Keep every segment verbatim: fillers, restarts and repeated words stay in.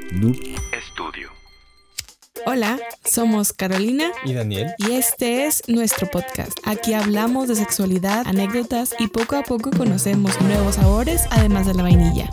Noob Studio. Hola, somos Carolina y Daniel y este es nuestro podcast. Aquí hablamos de sexualidad, anécdotas y poco a poco conocemos nuevos sabores además de la vainilla.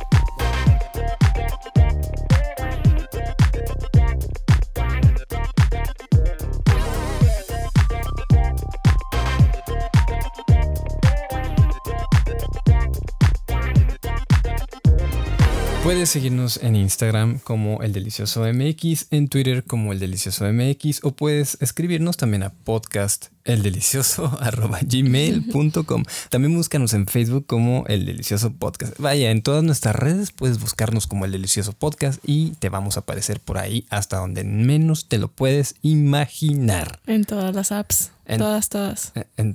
Puedes seguirnos en Instagram como El Delicioso M X, en Twitter como El Delicioso M X, o puedes escribirnos también a podcast eldelicioso arroba gmail punto com. También búscanos en Facebook como El Delicioso Podcast. Vaya, en todas nuestras redes puedes buscarnos como El Delicioso Podcast y te vamos a aparecer por ahí hasta donde menos te lo puedes imaginar. En todas las apps. En, todas, todas. En,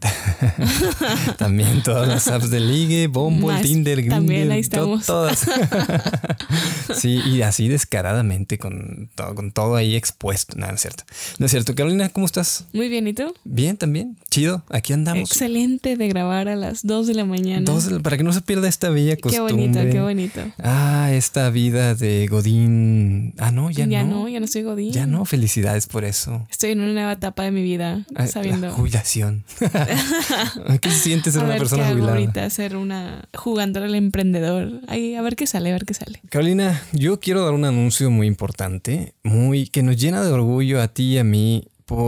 también todas las apps de ligue, Bumble, Más, Tinder, Grindr. También ahí estamos. To, todas. Sí, y así descaradamente con todo, con todo ahí expuesto. No, no es cierto. No es cierto. Carolina, ¿cómo estás? Muy bien, ¿y tú? Bien, también. Chido. Aquí andamos. Excelente de grabar a las dos de la mañana. Dos, para que no se pierda esta bella costumbre. Qué bonito, qué bonito. Ah, esta vida de Godín. Ah, no, ya, ya no. Ya no, ya no soy Godín. Ya no, felicidades por eso. Estoy en una nueva etapa de mi vida, ah, sabiendo. La jubilación. ¿Qué se siente ser a una ver persona qué hago jubilada? Ahorita ser una jugándole al emprendedor. Ay, a ver qué sale, a ver qué sale. Carolina, yo quiero dar un anuncio muy importante, muy que nos llena de orgullo a ti y a mí,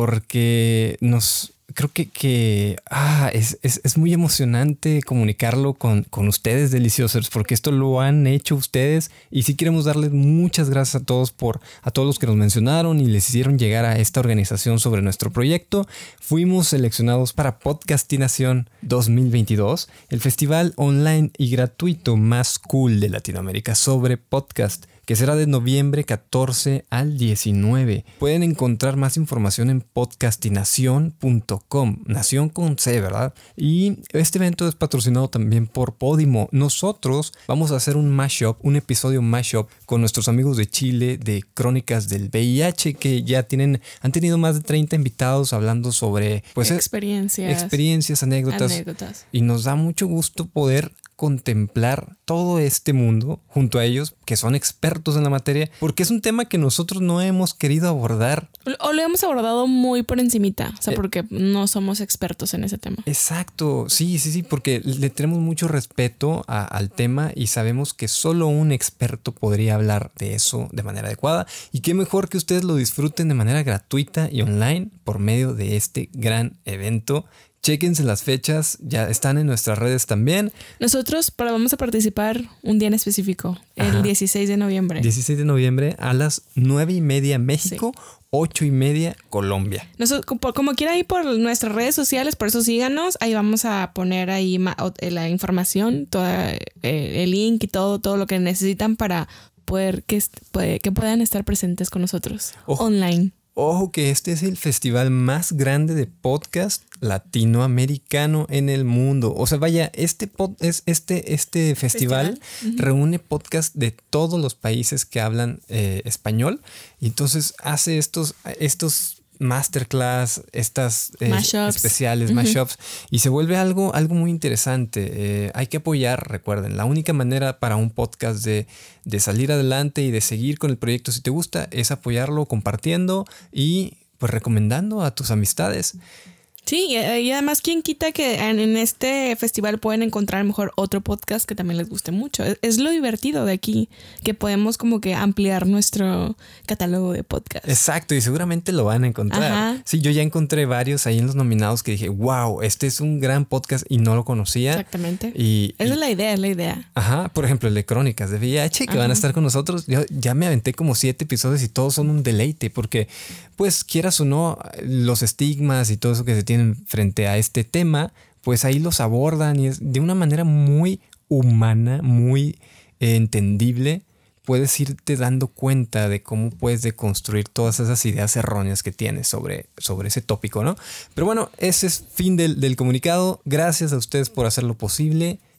porque nos creo que, que ah, es, es, es muy emocionante comunicarlo con, con ustedes, deliciosos, porque esto lo han hecho ustedes y sí queremos darles muchas gracias a todos por a todos los que nos mencionaron y les hicieron llegar a esta organización sobre nuestro proyecto. Fuimos seleccionados para Podcastinación dos mil veintidós, el festival online y gratuito más cool de Latinoamérica sobre podcast, que será de noviembre catorce al diecinueve. Pueden encontrar más información en podcastinación punto com, nación con C, ¿verdad? Y este evento es patrocinado también por Podimo. Nosotros vamos a hacer un mashup, un episodio mashup con nuestros amigos de Chile de Crónicas del V I H, que ya tienen, han tenido más de treinta invitados hablando sobre pues, experiencias, experiencias anécdotas, anécdotas. Y nos da mucho gusto poder contemplar todo este mundo junto a ellos que son expertos en la materia, porque es un tema que nosotros no hemos querido abordar. O lo hemos abordado muy por encimita, o sea, eh, porque no somos expertos en ese tema. Exacto, sí, sí, sí, porque le tenemos mucho respeto a, al tema y sabemos que solo un experto podría hablar de eso de manera adecuada, y qué mejor que ustedes lo disfruten de manera gratuita y online por medio de este gran evento. Chéquense las fechas, ya están en nuestras redes también. Nosotros para, vamos a participar un día en específico, el Ajá. dieciséis de noviembre. dieciséis de noviembre a las nueve y media México, sí. ocho y media Colombia. Nosotros, como, como quiera ir por nuestras redes sociales, por eso síganos. Ahí vamos a poner ahí ma, la información, toda, eh, el link y todo, todo lo que necesitan para poder que, que puedan estar presentes con nosotros Ojo. online. Ojo que este es el festival más grande de podcast latinoamericano en el mundo. O sea, vaya, este pod, es este, este festival, festival. Uh-huh. reúne podcast de todos los países que hablan eh, español. Y entonces hace estos, estos masterclass, estas eh, mashups. especiales, uh-huh. mashups, y se vuelve algo, algo muy interesante. Eh, hay que apoyar, recuerden, la única manera para un podcast de, de salir adelante y de seguir con el proyecto, si te gusta, es apoyarlo compartiendo y pues recomendando a tus amistades. Sí, y además, ¿quién quita que en este festival pueden encontrar a lo mejor otro podcast que también les guste mucho? Es lo divertido de aquí, que podemos como que ampliar nuestro catálogo de podcasts. Exacto, y seguramente lo van a encontrar. Ajá. Sí, yo ya encontré varios ahí en los nominados que dije, wow, este es un gran podcast y no lo conocía. Exactamente. Y, Esa y, es la idea, es la idea. Ajá, por ejemplo, el de Crónicas de V I H, que ajá. van a estar con nosotros. Yo ya me aventé como siete episodios y todos son un deleite, porque pues quieras o no, los estigmas y todo eso que se tienen frente a este tema, pues ahí los abordan y es de una manera muy humana, muy eh, entendible. Puedes irte dando cuenta de cómo puedes deconstruir todas esas ideas erróneas que tienes sobre, sobre ese tópico, ¿no? Pero bueno, ese es fin del, del comunicado. Gracias a ustedes por hacerlo posible.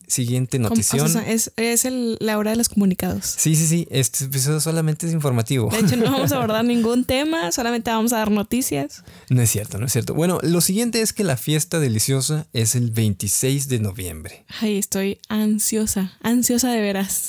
siguiente notición. O sea, es, es el, la hora de los comunicados. Sí, sí, sí. Este episodio solamente es informativo. De hecho, no vamos a abordar ningún tema, solamente vamos a dar noticias. No es cierto, no es cierto. Bueno, lo siguiente es que la fiesta deliciosa es el veintiséis de noviembre. Ay, estoy ansiosa, ansiosa de veras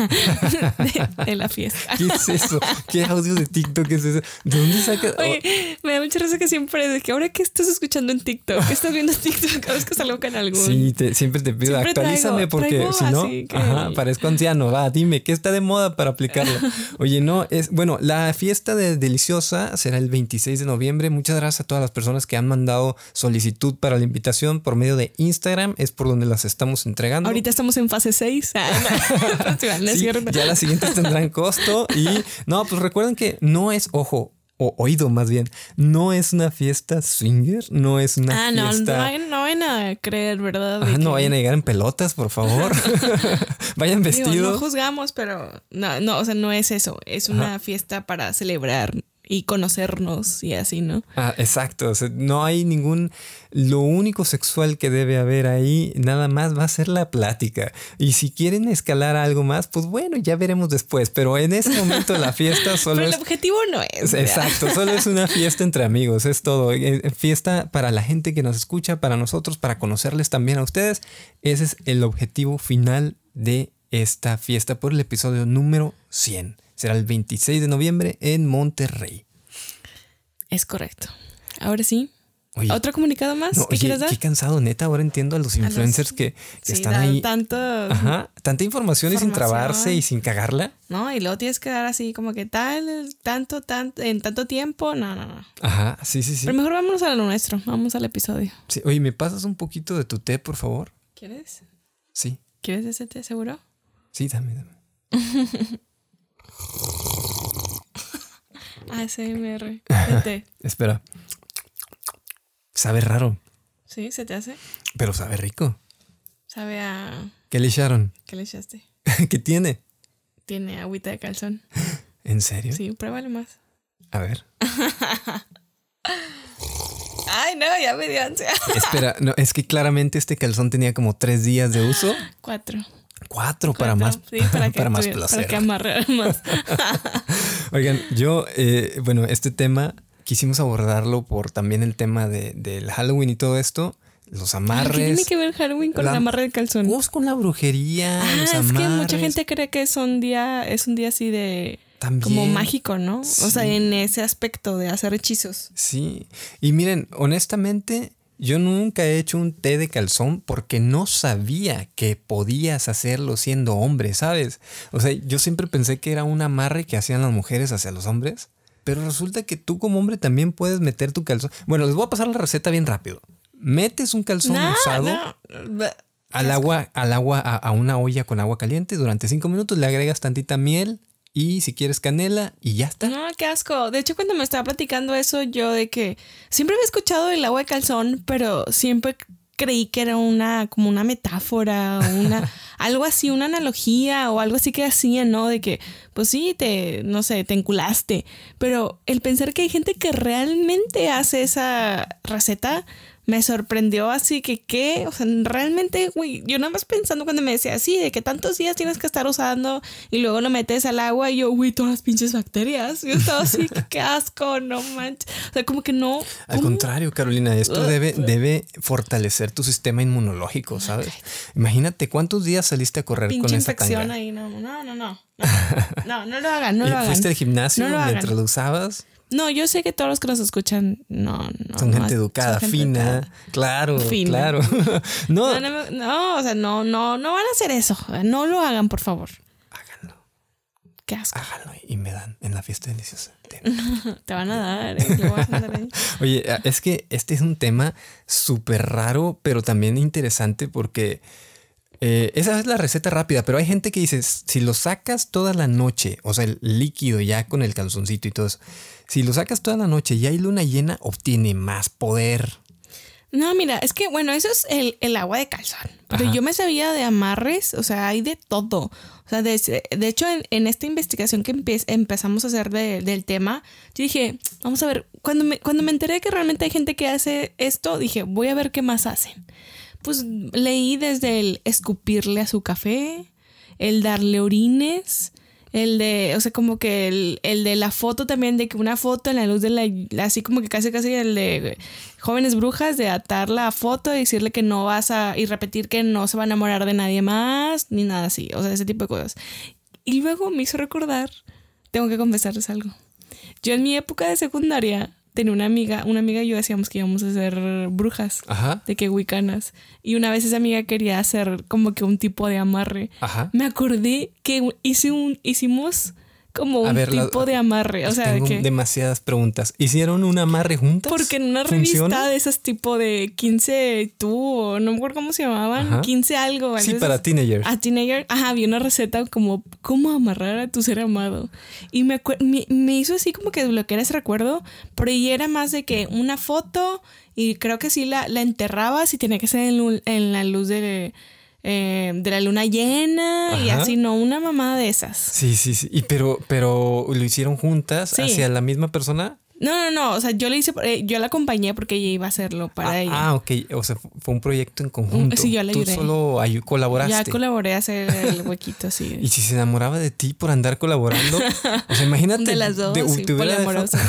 de, de la fiesta. ¿Qué es eso? ¿Qué audio de TikTok es eso? ¿De dónde sacas? Oye, me da mucha risa que siempre, de que ahora que estás escuchando en TikTok, que estás viendo TikTok, cada vez que salgo con algún. Sí, te, siempre te pido, siempre actualízame traigo, porque traigo si no, que... ajá, parezco anciano. Va, dime, ¿qué está de moda para aplicarlo? Oye, no, es bueno, la fiesta de Deliciosa será el veintiséis de noviembre. Muchas gracias a todas las personas que han mandado solicitud para la invitación por medio de Instagram. Es por donde las estamos entregando. Ahorita estamos en fase seis. Ah, no, no es sí, cierto. Ya las siguientes tendrán costo. Y no, pues recuerden que no es, ojo, o oído más bien, no es una fiesta swinger, no es una ah, no, fiesta... no, vayan, no vayan a creer, ¿verdad? Ah, no que... vayan a llegar en pelotas, por favor. Vayan vestidos. Digo, no juzgamos, pero no, no, o sea, no es eso. Es una Ajá. fiesta para celebrar y conocernos y así, ¿no? Ah, exacto. O sea, no hay ningún... Lo único sexual que debe haber ahí nada más va a ser la plática. Y si quieren escalar algo más, pues bueno, ya veremos después. Pero en ese momento la fiesta solo Pero es... el objetivo no es. Exacto, solo es una fiesta entre amigos, es todo. Fiesta para la gente que nos escucha, para nosotros, para conocerles también a ustedes. Ese es el objetivo final de esta fiesta por el episodio número cien. Será el veintiséis de noviembre en Monterrey. Es correcto. Ahora sí. Oye, ¿Otro comunicado más no, que oye, quieras dar? qué cansado, neta. Ahora entiendo a los influencers a los, que, que sí, están ahí. Tanto, Ajá, tanta información, información y sin trabarse y sin cagarla. No, y luego tienes que dar así como que tal, tanto, tanto, en tanto tiempo. No, no, no. Ajá, sí, sí, sí. Pero mejor vámonos a lo nuestro. Vamos al episodio. Sí, oye, ¿me pasas un poquito de tu té, por favor? ¿Quieres? Sí. ¿Quieres ese té, seguro? Sí, dame, dame. A S M R. De té. Espera. Sabe raro. ¿Sí? ¿Se te hace? Pero sabe rico. Sabe a... ¿Qué le echaron? ¿Qué le echaste? ¿Qué tiene? Tiene agüita de calzón. ¿En serio? Sí, pruébale más. A ver. Ay, no, ya me dio ansia. Espera, no, es que claramente este calzón tenía como tres días de uso. Cuatro. Cuatro, Cuatro. para más, sí, para, que para más tuviera, placer. Para que amarrar más. Oigan, yo, eh, bueno, este tema quisimos abordarlo por también el tema de, del Halloween y todo esto. Los amarres. ¿Qué tiene que ver Halloween con la, el amarre del calzón? Pues con la brujería, ah, los es amarres. que mucha gente cree que es un día, es un día así de... También. Como mágico, ¿no? Sí. O sea, en ese aspecto de hacer hechizos. Sí. Y miren, honestamente, yo nunca he hecho un té de calzón porque no sabía que podías hacerlo siendo hombre, ¿sabes? O sea, yo siempre pensé que era un amarre que hacían las mujeres hacia los hombres. Pero resulta que tú como hombre también puedes meter tu calzón. Bueno, les voy a pasar la receta bien rápido. Metes un calzón no, usado no. al agua, al agua a, a una olla con agua caliente durante cinco minutos. Le agregas tantita miel y si quieres canela y ya está. No, qué asco. De hecho, cuando me estaba platicando eso, yo de que siempre había escuchado el agua de calzón, pero siempre creí que era una como una metáfora, una algo así, una analogía o algo así que hacían, ¿no? De que, pues sí, te, no sé, te enculaste. Pero el pensar que hay gente que realmente hace esa receta me sorprendió, así que, ¿qué? O sea, realmente, güey, yo nada más pensando cuando me decía así, de que tantos días tienes que estar usando y luego lo metes al agua y yo, güey, todas las pinches bacterias. Yo estaba así, qué asco, no manches. O sea, como que no. Al ¿cómo? contrario, Carolina, esto debe, debe fortalecer tu sistema inmunológico, ¿sabes? Imagínate cuántos días saliste a correr Pinche con esa infección tanga. ahí, no, no, no, no. No, no lo hagan, no ¿Y lo hagan. fuiste al gimnasio No lo mientras hagan. lo usabas? No, yo sé que todos los que nos escuchan, no, no. Son no, gente educada, son gente fina. educada. Claro, Fina. claro. no, No, no, no, o sea, no, no, no van a hacer eso. No lo hagan, por favor. háganlo, Qué asco. háganlo y me dan en la fiesta deliciosa. Te van a dar, ¿eh? ¿Qué vas a andar ahí? Oye, es que este es un tema súper raro, pero también interesante porque eh, esa es la receta rápida, pero hay gente que dice, si lo sacas toda la noche, o sea, el líquido ya con el calzoncito y todo eso, si lo sacas toda la noche y hay luna llena, obtiene más poder. No, mira, es que, bueno, eso es el, el agua de calzón. Pero Ajá. yo me sabía de amarres, o sea, hay de todo. O sea, de, de hecho, en, en esta investigación que empe- empezamos a hacer de, del tema, yo dije, vamos a ver, cuando me, cuando me enteré que realmente hay gente que hace esto, dije, voy a ver qué más hacen. pues leí desde el escupirle a su café, el darle orines, el de, o sea, como que el, el de la foto también, de que una foto en la luz de la, así como que casi casi el de Jóvenes Brujas, de atar la foto y decirle que no vas a, y repetir que no se va a enamorar de nadie más, ni nada así, o sea, ese tipo de cosas. Y luego me hizo recordar, tengo que confesarles algo. Yo en mi época de secundaria tenía una amiga, una amiga y yo decíamos que íbamos a ser brujas. Ajá. De que wicanas. Y una vez esa amiga quería hacer como que un tipo de amarre. Ajá. Me acordé que hice un, hicimos como un a ver, tipo la, de amarre. O sea, tengo de que, demasiadas preguntas. ¿Hicieron un amarre juntas? Porque en una revista ¿Funciona? De esas tipo de quince tú, o no me acuerdo cómo se llamaban, Ajá. quince algo. Sí, para teenagers. A teenager, ajá, había una receta como cómo amarrar a tu ser amado. Y me, me, me hizo así como que desbloquear ese recuerdo, pero ahí era más de que una foto y creo que sí la, la enterrabas y tenía que ser en, en la luz de... Eh, de la luna llena. Ajá. Y así, no, una mamada de esas. Sí, sí, sí. Y pero, pero lo hicieron juntas sí. hacia la misma persona. No, no, no, o sea, yo le hice, yo la acompañé porque ella iba a hacerlo para ah, ella. Ah, ok, o sea, fue un proyecto en conjunto. Sí, yo le ayudé. Tú solo ayud- colaboraste. Ya colaboré a hacer el huequito, sí. Y si se enamoraba de ti por andar colaborando, o sea, imagínate. De las dos, de, sí, poliamorosas.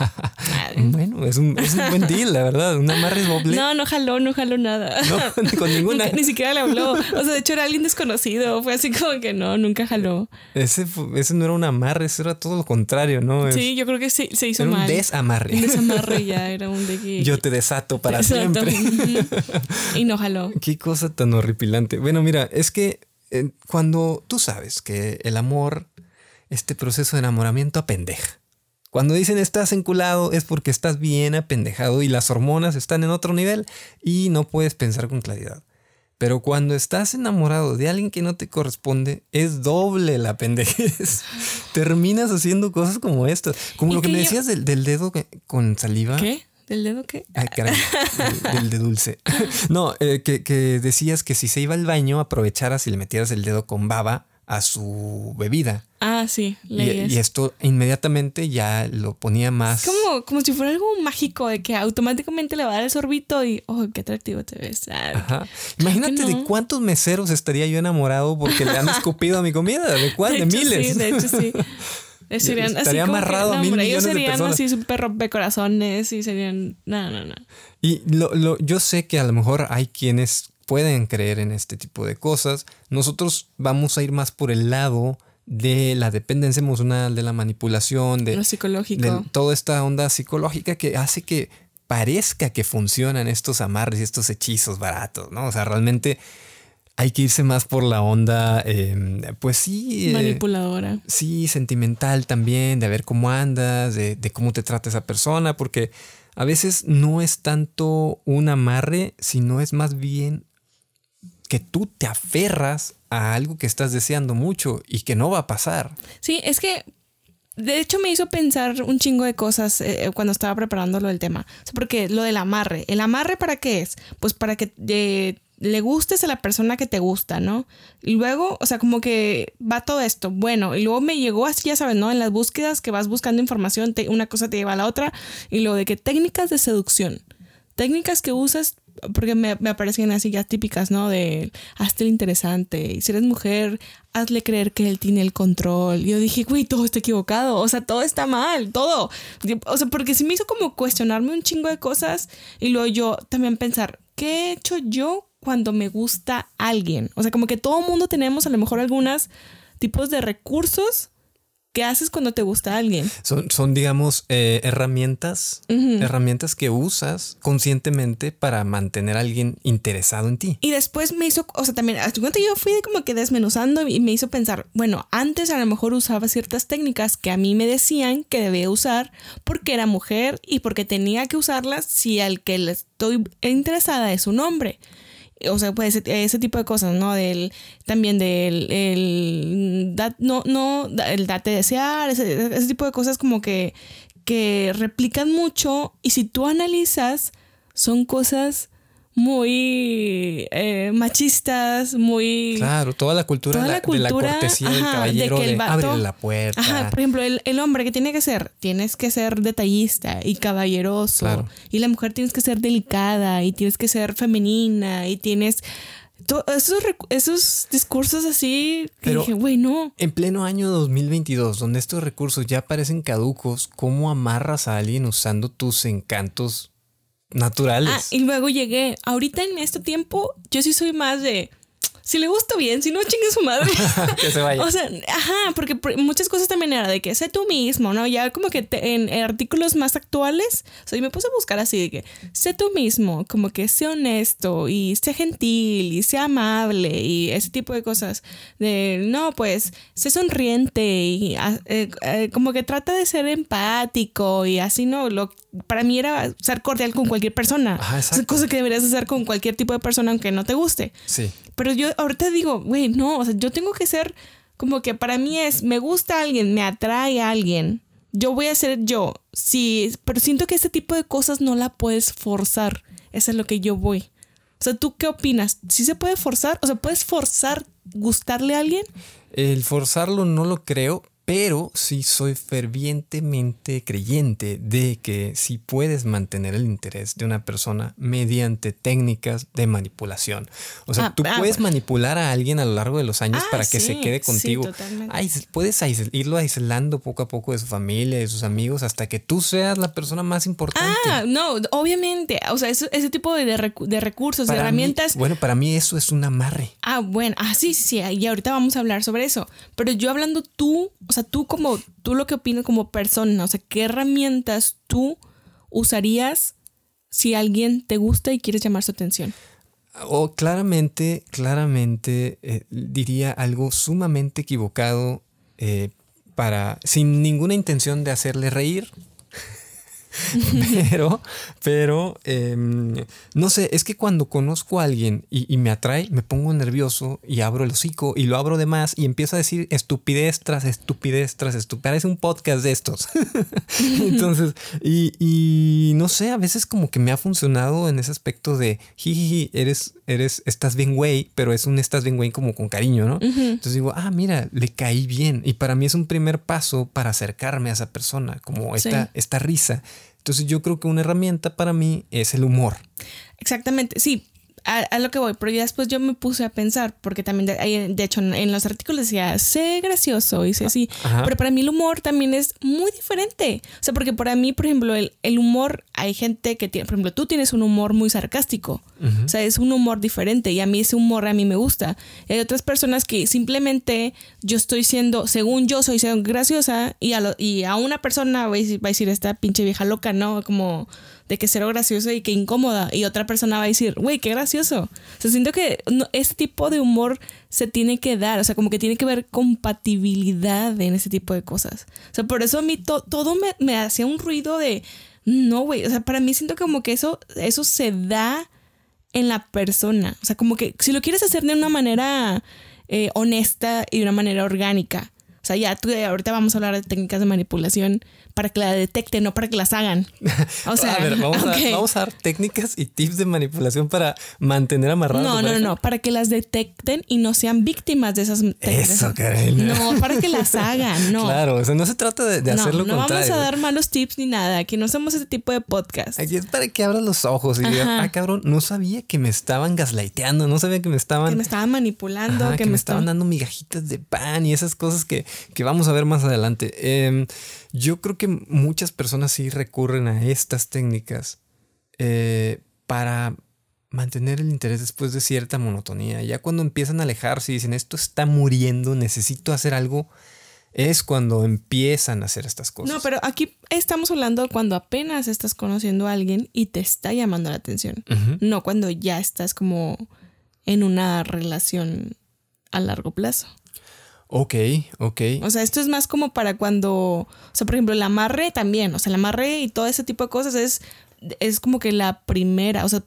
Bueno, es un, es un buen deal, la verdad, un amarre doble. No, no jaló, no jaló nada. No, ni con ninguna. Nunca, ni siquiera le habló. O sea, de hecho era alguien desconocido, fue así como que no, nunca jaló. Ese, ese no era un amarre, eso era todo lo contrario, ¿no? Sí, es, yo creo que sí, se hizo era mal. Un desamarre. Un desamarre ya, era un de que... Yo te desato para Exacto. siempre. Y no jaló. Qué cosa tan horripilante. Bueno, mira, es que eh, cuando tú sabes que el amor, este proceso de enamoramiento apendeja. Cuando dicen estás enculado es porque estás bien apendejado y las hormonas están en otro nivel y no puedes pensar con claridad. Pero cuando estás enamorado de alguien que no te corresponde, es doble la pendejez. Terminas haciendo cosas como estas. Como lo que me yo... decías del, del dedo con saliva. ¿Qué? ¿Del dedo qué? Ay, caray. Del, del de dulce. No, eh, que, que decías que si se iba al baño, aprovecharas y le metieras el dedo con baba a su bebida. Ah, sí. Y, y esto inmediatamente ya lo ponía más... Es como, como si fuera algo mágico de que automáticamente le va a dar el sorbito y... ¡Oh, qué atractivo te ves! Ah, Ajá. Imagínate no. de cuántos meseros estaría yo enamorado porque le han escupido a mi comida. ¿De cuál? De, de hecho, miles. Sí, de hecho, sí. Serían estaría así amarrado que, no, a mil hombre, millones ellos serían de personas. así súper rompecorazones y serían... No, no, no. Y lo, lo, yo sé que a lo mejor hay quienes pueden creer en este tipo de cosas. Nosotros vamos a ir más por el lado de la dependencia emocional, de la manipulación, de, lo psicológico. de toda esta onda psicológica que hace que parezca que funcionan estos amarres y estos hechizos baratos, ¿no? O sea, realmente hay que irse más por la onda, eh, pues sí. Eh, manipuladora. Sí, sentimental también, de ver cómo andas, de, de cómo te trata esa persona, porque a veces no es tanto un amarre, sino es más bien que tú te aferras a algo que estás deseando mucho y que no va a pasar. Sí, es que de hecho me hizo pensar un chingo de cosas eh, cuando estaba preparando lo del tema. O sea, porque lo del amarre, ¿el amarre para qué es? Pues para que eh, le gustes a la persona que te gusta, ¿no? Y luego, o sea, como que va todo esto. Bueno, y luego me llegó así, ya sabes, ¿no? En las búsquedas que vas buscando información, te, una cosa te lleva a la otra. Y lo de que técnicas de seducción, técnicas que usas... Porque me, me aparecían así ya típicas, ¿no? De hazte el interesante. Y si eres mujer, hazle creer que él tiene el control. Y yo dije, güey, todo está equivocado. O sea, todo está mal, todo. O sea, porque sí me hizo como cuestionarme un chingo de cosas. Y luego yo también pensar, ¿qué he hecho yo cuando me gusta alguien? O sea, como que todo mundo tenemos a lo mejor algunos tipos de recursos. ¿Qué haces cuando te gusta alguien? Son, son digamos, eh, herramientas, uh-huh. herramientas que usas conscientemente para mantener a alguien interesado en ti. Y después me hizo, o sea, también, hasta cuenta yo fui como que desmenuzando y me hizo pensar, bueno, antes a lo mejor usaba ciertas técnicas que a mí me decían que debía usar porque era mujer y porque tenía que usarlas si al que le estoy interesada es un hombre. O sea, pues ese, ese tipo de cosas, ¿no? Del, también del el, dat, no, no, el date desear, ese, ese tipo de cosas como que, que replican mucho y si tú analizas, son cosas muy eh, machistas, muy... Claro, toda la cultura, toda de, la, la cultura de la cortesía ajá, del caballero, de, que el de vato, ábrele la puerta. Ajá, por ejemplo, el, el hombre que tiene que ser, tienes que ser detallista y caballeroso. Claro. Y la mujer tienes que ser delicada y tienes que ser femenina y tienes... To, esos, esos discursos así que Pero dije, güey, no. En pleno año dos mil veintidós, donde estos recursos ya parecen caducos, ¿cómo amarras a alguien usando tus encantos naturales? Ah, y luego llegué, ahorita en este tiempo, yo sí soy más de... Si le gusta bien, si no, chingue su madre. Que se vaya. O sea, ajá, porque muchas cosas también era de que sé tú mismo, ¿no? Ya como que te, en, en artículos más actuales, o sea, yo me puse a buscar así de que sé tú mismo, como que sé honesto y sé gentil y sé amable y ese tipo de cosas. De, no, pues, sé sonriente y eh, eh, como que trata de ser empático y así, ¿no? Lo, para mí era ser cordial con cualquier persona. Ajá, exacto. Es cosa que deberías hacer con cualquier tipo de persona aunque no te guste. Sí. Pero yo ahorita digo, güey, no, o sea, yo tengo que ser como que para mí es, me gusta alguien, me atrae a alguien, yo voy a ser yo, sí, pero siento que ese tipo de cosas no la puedes forzar, eso es lo que yo voy. O sea, ¿tú qué opinas? ¿Sí se puede forzar? O sea, ¿puedes forzar gustarle a alguien? El forzarlo no lo creo, pero sí soy fervientemente creyente de que sí puedes mantener el interés de una persona mediante técnicas de manipulación. O sea, ah, tú ah, puedes bueno. manipular a alguien a lo largo de los años ah, para que sí, se quede contigo. Sí, totalmente. Ay, puedes aisl- irlo aislando poco a poco de su familia, de sus amigos, hasta que tú seas la persona más importante. Ah, no, obviamente. O sea, eso, ese tipo de, recu- de recursos, para de herramientas. Mí, bueno, para mí eso es un amarre. Ah, bueno. Ah, sí, sí, sí. Y ahorita vamos a hablar sobre eso. Pero yo hablando tú, o sea, tú como, tú lo que opinas como persona, o sea, ¿qué herramientas tú usarías si alguien te gusta y quieres llamar su atención? O claramente, claramente eh, diría algo sumamente equivocado eh, para, sin ninguna intención de hacerle reír. pero, pero, eh, no sé, es que cuando conozco a alguien y, y me atrae, me pongo nervioso y abro el hocico y lo abro de más y empiezo a decir estupidez tras estupidez tras estupidez. Parece un podcast de estos. Entonces, y, y no sé, a veces como que me ha funcionado en ese aspecto de jijiji, eres, eres, estás bien güey, pero es un estás bien güey como con cariño, ¿no? Uh-huh. Entonces digo, ah, mira, le caí bien. Y para mí es un primer paso para acercarme a esa persona, como esta, sí. esta risa. Entonces yo creo que una herramienta para mí es el humor. Exactamente, sí, a, a lo que voy, pero ya después yo me puse a pensar, porque también de, de hecho en los artículos decía, sé gracioso, y sé así, Ajá. pero para mí el humor también es muy diferente. O sea, porque para mí, por ejemplo, el, el humor, hay gente que tiene, por ejemplo, tú tienes un humor muy sarcástico, uh-huh. o sea, es un humor diferente y a mí ese humor a mí me gusta. Y hay otras personas que simplemente yo estoy siendo, según yo soy siendo graciosa y a, lo, y a una persona va a, decir, va a decir esta pinche vieja loca, ¿no? Como de que cero gracioso y que incómoda, y otra persona va a decir, güey, qué gracioso. O sea, siento que no, este tipo de humor se tiene que dar, o sea, como que tiene que haber compatibilidad en ese tipo de cosas. O sea, por eso a mí to, todo me, me hacía un ruido de, no, güey, o sea, para mí siento como que eso, eso se da en la persona. O sea, como que si lo quieres hacer de una manera eh, honesta y de una manera orgánica. O sea, ya tú, ahorita vamos a hablar de técnicas de manipulación para que la detecten, no para que las hagan. O sea, a ver, vamos, okay. a, vamos a dar técnicas y tips de manipulación para mantener amarradas. No, no, no, no, para que las detecten y no sean víctimas de esas técnicas. Eso, Karen. No, para que las hagan, no. Claro, o sea, no se trata de, de no, hacer lo no contrario. No vamos a dar malos tips ni nada, aquí no somos ese tipo de podcast. Aquí es para que abras los ojos y digas, ah, cabrón, no sabía que me estaban gaslighteando, no sabía que me estaban... Que me estaban manipulando. Ajá, que, que me estaban está... dando migajitas de pan y esas cosas que, que vamos a ver más adelante. Eh, yo creo que muchas personas sí recurren a estas técnicas eh, para mantener el interés después de cierta monotonía. Ya cuando empiezan a alejarse y dicen, esto está muriendo, necesito hacer algo, es cuando empiezan a hacer estas cosas. No, pero aquí estamos hablando cuando apenas estás conociendo a alguien y te está llamando la atención. Uh-huh. No cuando ya estás como en una relación a largo plazo. Ok, ok. O sea, esto es más como para cuando, o sea, por ejemplo, el amarre también, o sea, el amarre y todo ese tipo de cosas es, es como que la primera, o sea, para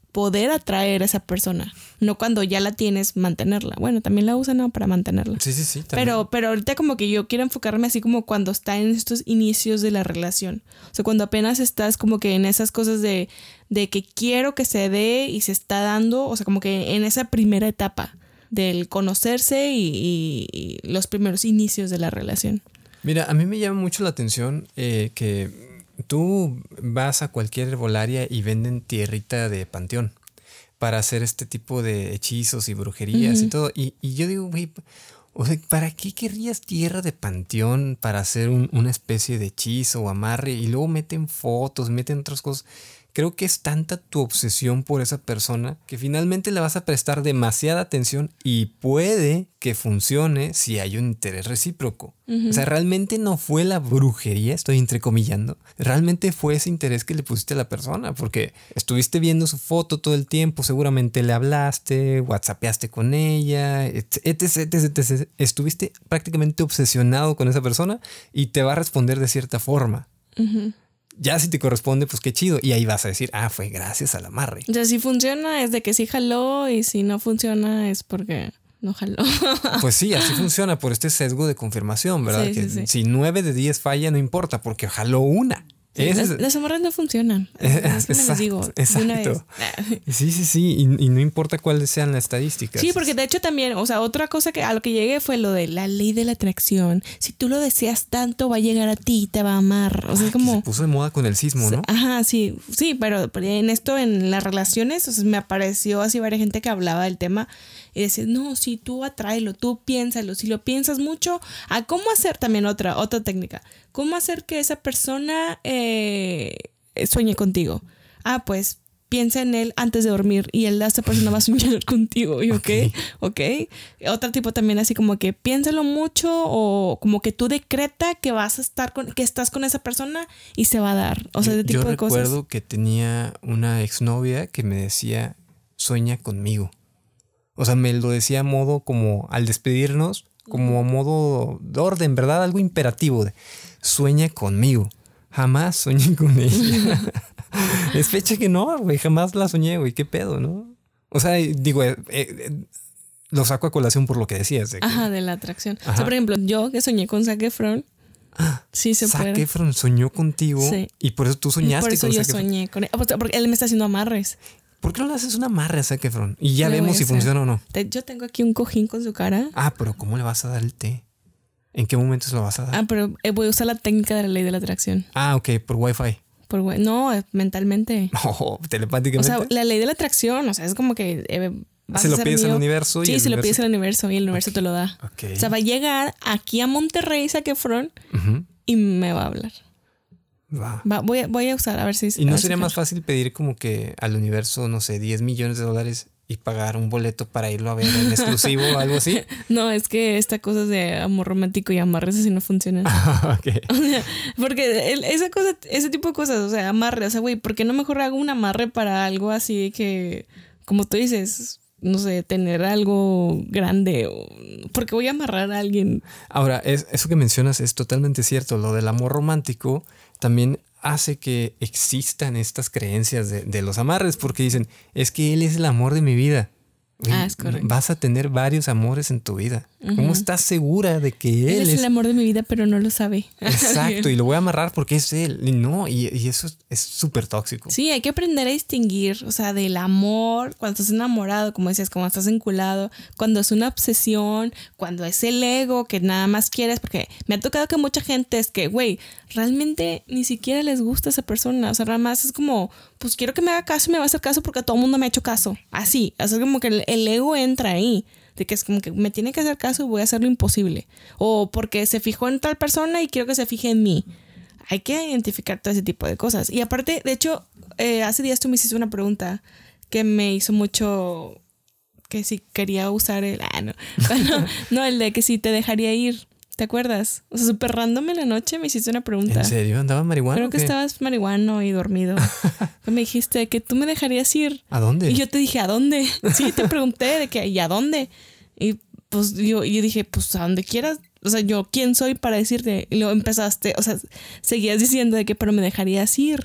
poder atraer a esa persona, no cuando ya la tienes, mantenerla. Bueno, también la usan, ¿no? Para mantenerla. Sí, sí, sí. También. Pero, pero ahorita como que yo quiero enfocarme así como cuando está en estos inicios de la relación. O sea, cuando apenas estás como que en esas cosas de, de que quiero que se dé y se está dando, o sea, como que en esa primera etapa del conocerse y, y, y los primeros inicios de la relación. Mira, a mí me llama mucho la atención eh, que tú vas a cualquier herbolaria y venden tierrita de panteón para hacer este tipo de hechizos y brujerías uh-huh. y todo. Y, y yo digo, güey, o sea, ¿para qué querrías tierra de panteón para hacer un, una especie de hechizo o amarre? Y luego meten fotos, meten otras cosas. Creo que es tanta tu obsesión por esa persona que finalmente le vas a prestar demasiada atención y puede que funcione si hay un interés recíproco. Uh-huh. O sea, realmente no fue la brujería, estoy entrecomillando. Realmente fue ese interés que le pusiste a la persona porque estuviste viendo su foto todo el tiempo, seguramente le hablaste, whatsappeaste con ella, etc, etc, etc. Estuviste prácticamente obsesionado con esa persona y te va a responder de cierta forma. Uh-huh. Ya si te corresponde, pues qué chido. Y ahí vas a decir, ah, fue gracias al amarre. O sea, si funciona es de que sí jaló y si no funciona es porque no jaló. Pues sí, así funciona por este sesgo de confirmación, ¿verdad? Sí, que sí, sí. Si nueve de diez falla, no importa porque jaló una. Sí, las, las amarras no funcionan. Es exacto, les digo, exacto. Una vez. Sí, sí, sí. Y, y no importa cuáles sean las estadísticas. Sí, porque de hecho también, o sea, otra cosa que a lo que llegué fue lo de la ley de la atracción. Si tú lo deseas tanto, va a llegar a ti y te va a amar. O sea, ah, es como. Se puso de moda con el sismo, ¿no? Ajá, sí. Sí, pero en esto, en las relaciones, o sea, me apareció así varias gente que hablaba del tema y decía, no, sí, tú atráelo, tú piénsalo. Si lo piensas mucho, a cómo hacer también otra, otra técnica. ¿Cómo hacer que esa persona eh, sueñe contigo? Ah, pues piensa en él antes de dormir y él, esta persona va a soñar contigo. Y ok, ok. Otro tipo también así como que piénsalo mucho o como que tú decreta que vas a estar con, que estás con esa persona y se va a dar. O sea, ese tipo Yo de cosas. Yo recuerdo que tenía una exnovia que me decía, sueña conmigo. O sea, me lo decía a modo como al despedirnos, como a modo de orden, ¿verdad? Algo imperativo de sueña conmigo. Jamás soñé con ella. Es fecha que no, güey. Jamás la soñé, güey. ¿Qué pedo, no? O sea, digo, eh, eh, lo saco a colación por lo que decías. De que... Ajá, de la atracción. Ajá. O sea, por ejemplo, yo que soñé con Zac Efron. Sí, se Zac puede. Zac Efron soñó contigo. Sí. Y por eso tú soñaste por eso con yo Zac soñé con él. Porque él me está haciendo amarres. ¿Por qué no le haces una amarre a Zac Efron? Y ya vemos si funciona o no. Yo tengo aquí un cojín con su cara. Ah, pero ¿cómo le vas a dar el té? ¿En qué momento se lo vas a dar? Ah, pero voy a usar la técnica de la ley de la atracción. Ah, ok, por Wi-Fi. Por wi- No, mentalmente. Oh, telepáticamente. O sea, la ley de la atracción, o sea, es como que eh, vas se a lo ser pides mío. al universo. Sí, y el se universo... lo pides al universo y el universo okay. te lo da. Okay. O sea, va a llegar aquí a Monterrey, Zac Efron, uh-huh. y me va a hablar. Va. Va, voy, a, voy a usar, a ver si... ¿Y no sería más fácil pedir como que al universo, no sé, diez millones de dólares y pagar un boleto para irlo a ver en exclusivo o algo así? No, es que esta cosa de amor romántico y amarres así no funcionan. Okay. O sea, porque el, esa cosa, ese tipo de cosas, o sea, amarre, o sea, güey, ¿por qué no mejor hago un amarre para algo así que, como tú dices, no sé, tener algo grande? O, porque voy a amarrar a alguien. Ahora, es, eso que mencionas es totalmente cierto. Lo del amor romántico también hace que existan estas creencias de, de los amarres, porque dicen, es que él es el amor de mi vida. Ah, es correcto. Vas a tener varios amores en tu vida. Uh-huh. ¿Cómo estás segura de que él, él es, es el amor de mi vida, pero no lo sabe? Exacto, y lo voy a amarrar porque es él. Y no, y, y eso es súper tóxico. Sí, hay que aprender a distinguir, o sea, del amor, cuando estás enamorado, como decías, cuando estás enculado, cuando es una obsesión, cuando es el ego que nada más quieres, porque me ha tocado que mucha gente es que, güey, realmente ni siquiera les gusta esa persona, o sea, nada más es como, pues quiero que me haga caso y me va a hacer caso porque todo el mundo me ha hecho caso, así, o sea, como que el, el ego entra ahí. De que es como que me tiene que hacer caso y voy a hacer lo imposible. O porque se fijó en tal persona y quiero que se fije en mí. Hay que identificar todo ese tipo de cosas. Y aparte, de hecho, eh, hace días tú me hiciste una pregunta que me hizo mucho... Que si quería usar el... Ah, no. Bueno, no, el de que si te dejaría ir. ¿Te acuerdas? O sea, súper random en la noche me hiciste una pregunta. ¿En serio? ¿Andabas marihuana? Creo que qué? estabas marihuano y dormido. Me dijiste que tú me dejarías ir. ¿A dónde? Y yo te dije, ¿a dónde? Sí, te pregunté de que, ¿y a dónde? Y pues yo, yo dije, pues a donde quieras. O sea, yo, ¿quién soy para decirte? Y luego empezaste, o sea, seguías diciendo de que, pero me dejarías ir. O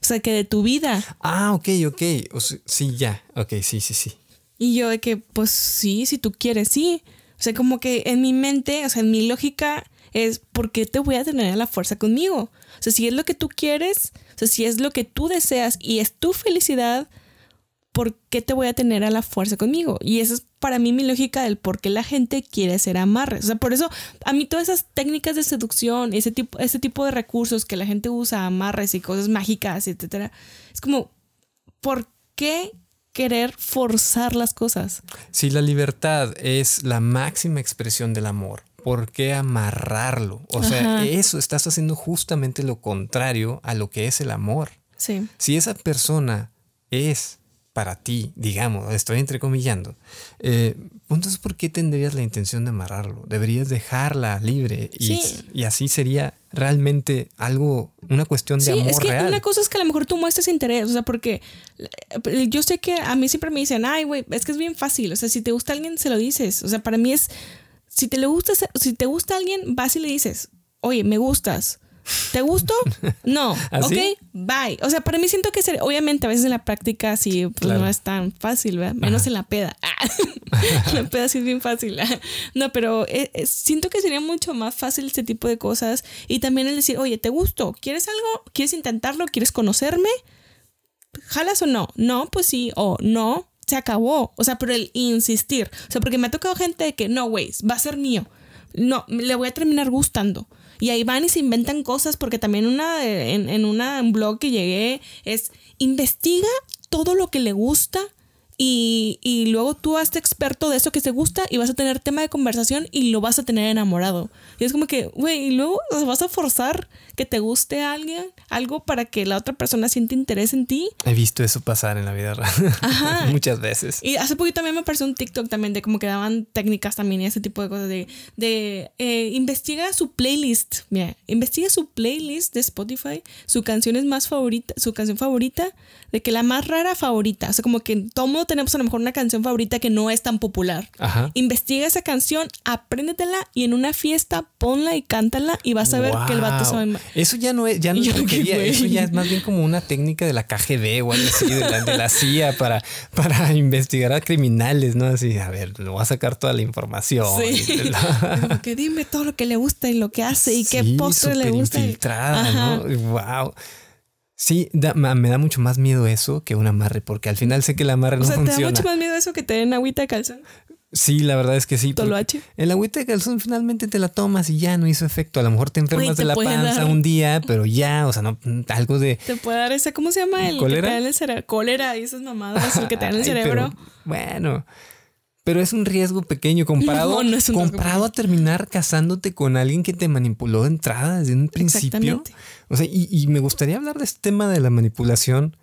sea, que de tu vida. Ah, ok, ok. O sea, sí, ya. Ok, sí, sí, sí. Y yo de que, pues sí, si tú quieres, sí. O sea, como que en mi mente, o sea, en mi lógica es, ¿por qué te voy a tener a la fuerza conmigo? O sea, si es lo que tú quieres, o sea, si es lo que tú deseas y es tu felicidad, ¿por qué te voy a tener a la fuerza conmigo? Y esa es para mí mi lógica del por qué la gente quiere hacer amarres. O sea, por eso a mí todas esas técnicas de seducción, ese tipo, ese tipo de recursos que la gente usa, amarres y cosas mágicas, etcétera, es como, ¿por qué querer forzar las cosas? Si la libertad es la máxima expresión del amor, ¿por qué amarrarlo? O sea, Ajá. eso estás haciendo justamente lo contrario a lo que es el amor. Sí. Si esa persona es para ti, digamos, estoy entrecomillando, eh, entonces ¿por qué tendrías la intención de amarrarlo? Deberías dejarla libre y, Sí. y así sería realmente algo, una cuestión de Sí, amor es que real. una cosa es que a lo mejor tú muestres interés, o sea, porque yo sé que a mí siempre me dicen, ay, güey, es que es bien fácil, o sea, si te gusta alguien, se lo dices, o sea, para mí es, si te le gusta, si te gusta alguien, vas y le dices, oye, me gustas. ¿Te gusto? No. ¿Así? Ok, bye. O sea, para mí siento que ser, obviamente a veces en la práctica sí, pues Claro. no es tan fácil, ¿verdad? Menos Ajá. en la peda. La peda sí es bien fácil. No, pero eh, eh, siento que sería mucho más fácil este tipo de cosas. Y también el decir, oye, ¿te gusto? ¿Quieres algo? ¿Quieres intentarlo? ¿Quieres conocerme? ¿Jalas o no? No, pues sí. O no, se acabó. O sea, pero el insistir. O sea, porque me ha tocado gente que no, güey, va a ser mío. No, le voy a terminar gustando. Y ahí van y se inventan cosas, porque también una en, en una, un blog que llegué es investiga todo lo que le gusta y, y luego tú hazte experto de eso que te gusta y vas a tener tema de conversación y lo vas a tener enamorado. Y es como que, güey, y luego vas a forzar que te guste a alguien, algo para que la otra persona siente interés en ti. He visto eso pasar en la vida real. Ajá. Muchas veces. Y hace poquito también me apareció un TikTok también de como que daban técnicas también y ese tipo de cosas de, de eh, investiga su playlist. Mira, investiga su playlist de Spotify, su canción es más favorita, su canción favorita, de que la más rara favorita. O sea, como que todo mundo tenemos a lo mejor una canción favorita que no es tan popular. Ajá. Investiga esa canción, apréndetela y en una fiesta ponla y cántala y vas a ver Wow. que el vato sabe más. Eso ya no es, ya no es Yo brujería, qué güey. eso ya es más bien como una técnica de la K G B o algo así, de la, de la C I A para, para investigar a criminales, ¿no? Así, a ver, le voy a sacar toda la información. Sí. Y la- Como que dime todo lo que le gusta y lo que hace y qué Sí, postre le súper gusta. infiltrada, Ajá. ¿no? Wow. Sí, da- ma- me da mucho más miedo eso que un amarre, porque al final sé que el amarre O no sea, ¿te da funciona. mucho más miedo eso que te den agüita de calzón? Sí, la verdad es que sí. porque Toloache. El agüita de calzón finalmente te la tomas y ya no hizo efecto. A lo mejor te enfermas Oye, te de la puede panza dar- un día, pero ya, o sea, no algo de Te puede dar esa, ¿cómo se llama? El ¿Cólera? que te da en el cerebro. Cólera y esas mamadas, el que te da en el Ay, cerebro. pero, bueno, pero es un riesgo pequeño comparado, No, no es un riesgo comparado a terminar casándote con alguien que te manipuló de entrada desde un principio. Exactamente. O sea, y, y me gustaría hablar de este tema de la manipulación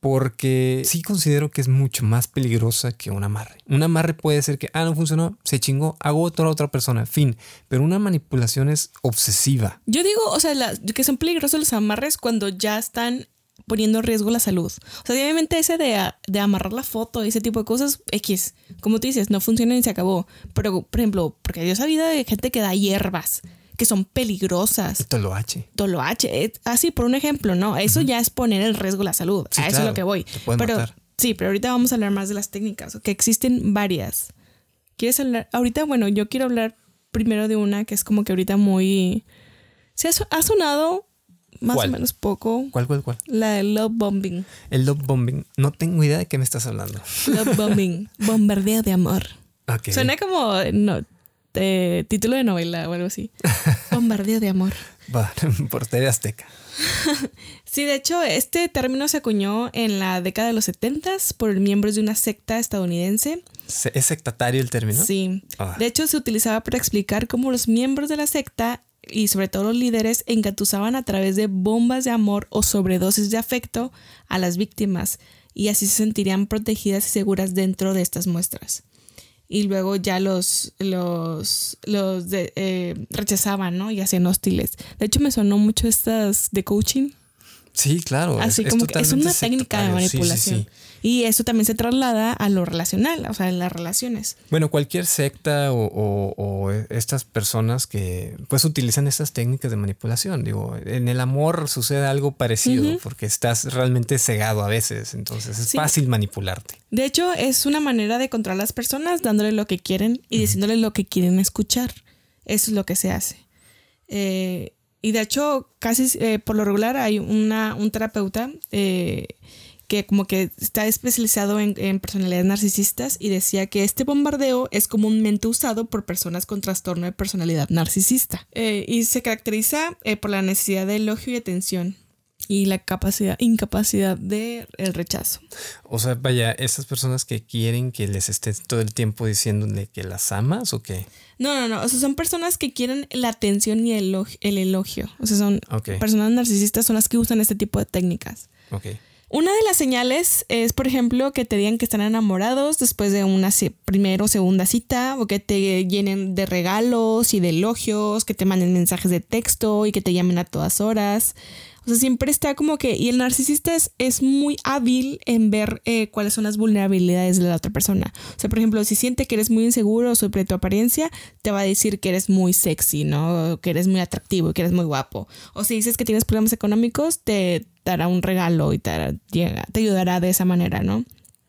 porque sí considero que es mucho más peligrosa que un amarre. Un amarre puede ser que, ah, no funcionó, se chingó, hago otro a otra persona, fin. Pero una manipulación es obsesiva. Yo digo, o sea, la- que son peligrosos los amarres cuando ya están poniendo en riesgo la salud. O sea, obviamente ese de, a- de amarrar la foto y ese tipo de cosas, X, como tú dices, no funciona y se acabó. Pero, por ejemplo, porque yo he sabido de gente que da hierbas, que son peligrosas. Toloache. Toloache, eh, así por un ejemplo, ¿no? Eso ya es poner en riesgo la salud. Sí, a eso claro, es lo que voy. te pueden Pero matar. sí, pero ahorita vamos a hablar más de las técnicas, que existen varias. ¿Quieres hablar? Ahorita, bueno, yo quiero hablar primero de una que es como que ahorita muy... Se ha, so- ha sonado más ¿Cuál? o menos poco. ¿Cuál, cuál, cuál? La de love bombing. El love bombing. No tengo idea de qué me estás hablando. Love bombing. Bombardeo de amor. Ok. Suena como no, eh, título de novela o algo así. Bombardeo de amor. Va, por T V Azteca. Sí, de hecho, este término se acuñó en la década de los setentas por miembros de una secta estadounidense. Se- ¿Es sectatario el término? Sí. Ah. De hecho, se utilizaba para explicar cómo los miembros de la secta y sobre todo los líderes engatusaban a través de bombas de amor o sobredosis de afecto a las víctimas y así se sentirían protegidas y seguras dentro de estas muestras. Y luego ya los, los, los de- eh, rechazaban, ¿no? Y hacían hostiles. De hecho, me sonó mucho estas de coaching. Sí, claro. Así es, como es que es una técnica de sectario. manipulación. Sí, sí, sí. Y eso también se traslada a lo relacional, o sea, en las relaciones. Bueno, cualquier secta o, o, o estas personas que pues utilizan estas técnicas de manipulación. Digo, en el amor sucede algo parecido, uh-huh. porque estás realmente cegado a veces, entonces es sí. fácil manipularte. De hecho, es una manera de controlar a las personas dándole lo que quieren y uh-huh. diciéndole lo que quieren escuchar. Eso es lo que se hace. Eh, y de hecho, casi eh, por lo regular hay una, un terapeuta eh, que como que está especializado en, en personalidades narcisistas y decía que este bombardeo es comúnmente usado por personas con trastorno de personalidad narcisista eh, y se caracteriza eh, por la necesidad de elogio y atención y la capacidad, incapacidad de el rechazo. O sea, vaya, esas personas que quieren que les estés todo el tiempo diciéndole que las amas o qué. No, no, no. O sea, son personas que quieren la atención y el elogio. El elogio. O sea, son okay. personas narcisistas, son las que usan este tipo de técnicas. Ok. Una de las señales es, por ejemplo, que te digan que están enamorados después de una primera o segunda cita, o que te llenen de regalos y de elogios, que te manden mensajes de texto y que te llamen a todas horas. O sea, siempre está como que... Y el narcisista es, es muy hábil en ver eh, cuáles son las vulnerabilidades de la otra persona. O sea, por ejemplo, si siente que eres muy inseguro sobre tu apariencia, te va a decir que eres muy sexy, ¿no? Que eres muy atractivo y que eres muy guapo. O si dices que tienes problemas económicos, te dará un regalo y te, hará, te ayudará de esa manera, ¿no?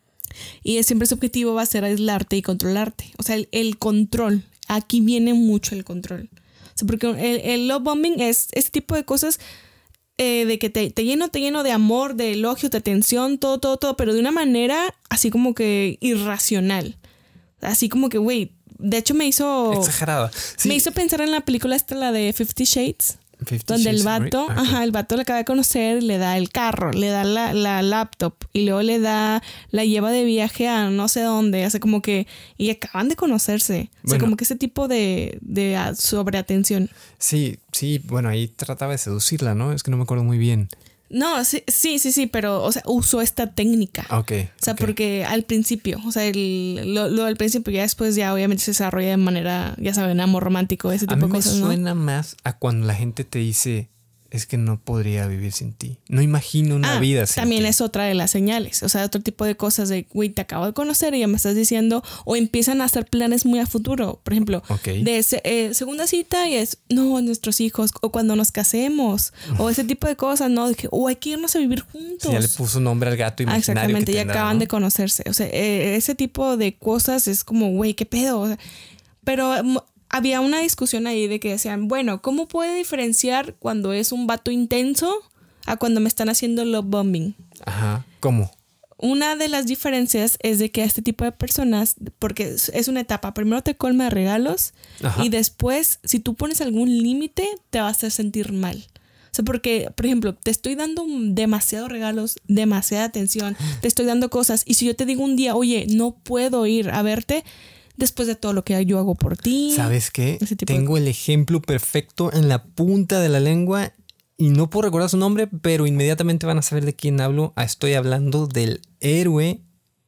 Y siempre su objetivo va a ser aislarte y controlarte. O sea, el, el control. Aquí viene mucho el control. O sea, porque el, el love bombing es este tipo de cosas... Eh, de que te, te lleno, te lleno de amor, de elogio, de atención, todo, todo, todo, pero de una manera así como que irracional. Así como que, güey, de hecho me hizo... Exagerada. Sí. Me hizo pensar en la película esta, la de Fifty Shades. Fifty donde Shades el vato, okay. ajá, el vato le acaba de conocer, le da el carro, le da la, la laptop y luego le da, la lleva de viaje a no sé dónde, hace como que, y acaban de conocerse. Bueno, o sea, como que ese tipo de, de sobreatención. Sí, sí, bueno, ahí trataba de seducirla, ¿no? Es que no me acuerdo muy bien. No, sí, sí, sí, sí, pero, o sea, usó esta técnica. Ok. O sea, okay. porque al principio, o sea, el, lo, lo del principio ya después ya obviamente se desarrolla de manera, ya saben, amor romántico, ese tipo de cosas, ¿no? A mí me suena ¿no? más a cuando la gente te dice... Es que no podría vivir sin ti. No imagino una ah, vida sin también ti. es otra de las señales. O sea, otro tipo de cosas de, güey, te acabo de conocer y ya me estás diciendo. O empiezan a hacer planes muy a futuro. Por ejemplo, okay. de se, eh, segunda cita y es, no, nuestros hijos. O cuando nos casemos. O ese tipo de cosas, ¿no? De que, o hay que irnos a vivir juntos. Sí, ya le puso nombre al gato imaginario. Ah, exactamente, que ya tendrá, acaban ¿no? de conocerse. O sea, eh, ese tipo de cosas es como, güey, ¿qué pedo? O sea, pero... había una discusión ahí de que decían, bueno, ¿cómo puede diferenciar cuando es un vato intenso a cuando me están haciendo love bombing? Ajá, ¿cómo? Una de las diferencias es de que a este tipo de personas, porque es una etapa, primero te colma de regalos Ajá. y después, si tú pones algún límite, te va a hacer sentir mal. O sea, porque, por ejemplo, te estoy dando demasiados regalos, demasiada atención, te estoy dando cosas y si yo te digo un día, oye, no puedo ir a verte, después de todo lo que yo hago por ti. ¿Sabes qué? Tengo de... el ejemplo perfecto en la punta de la lengua y no puedo recordar su nombre, pero inmediatamente van a saber de quién hablo. Estoy hablando del héroe,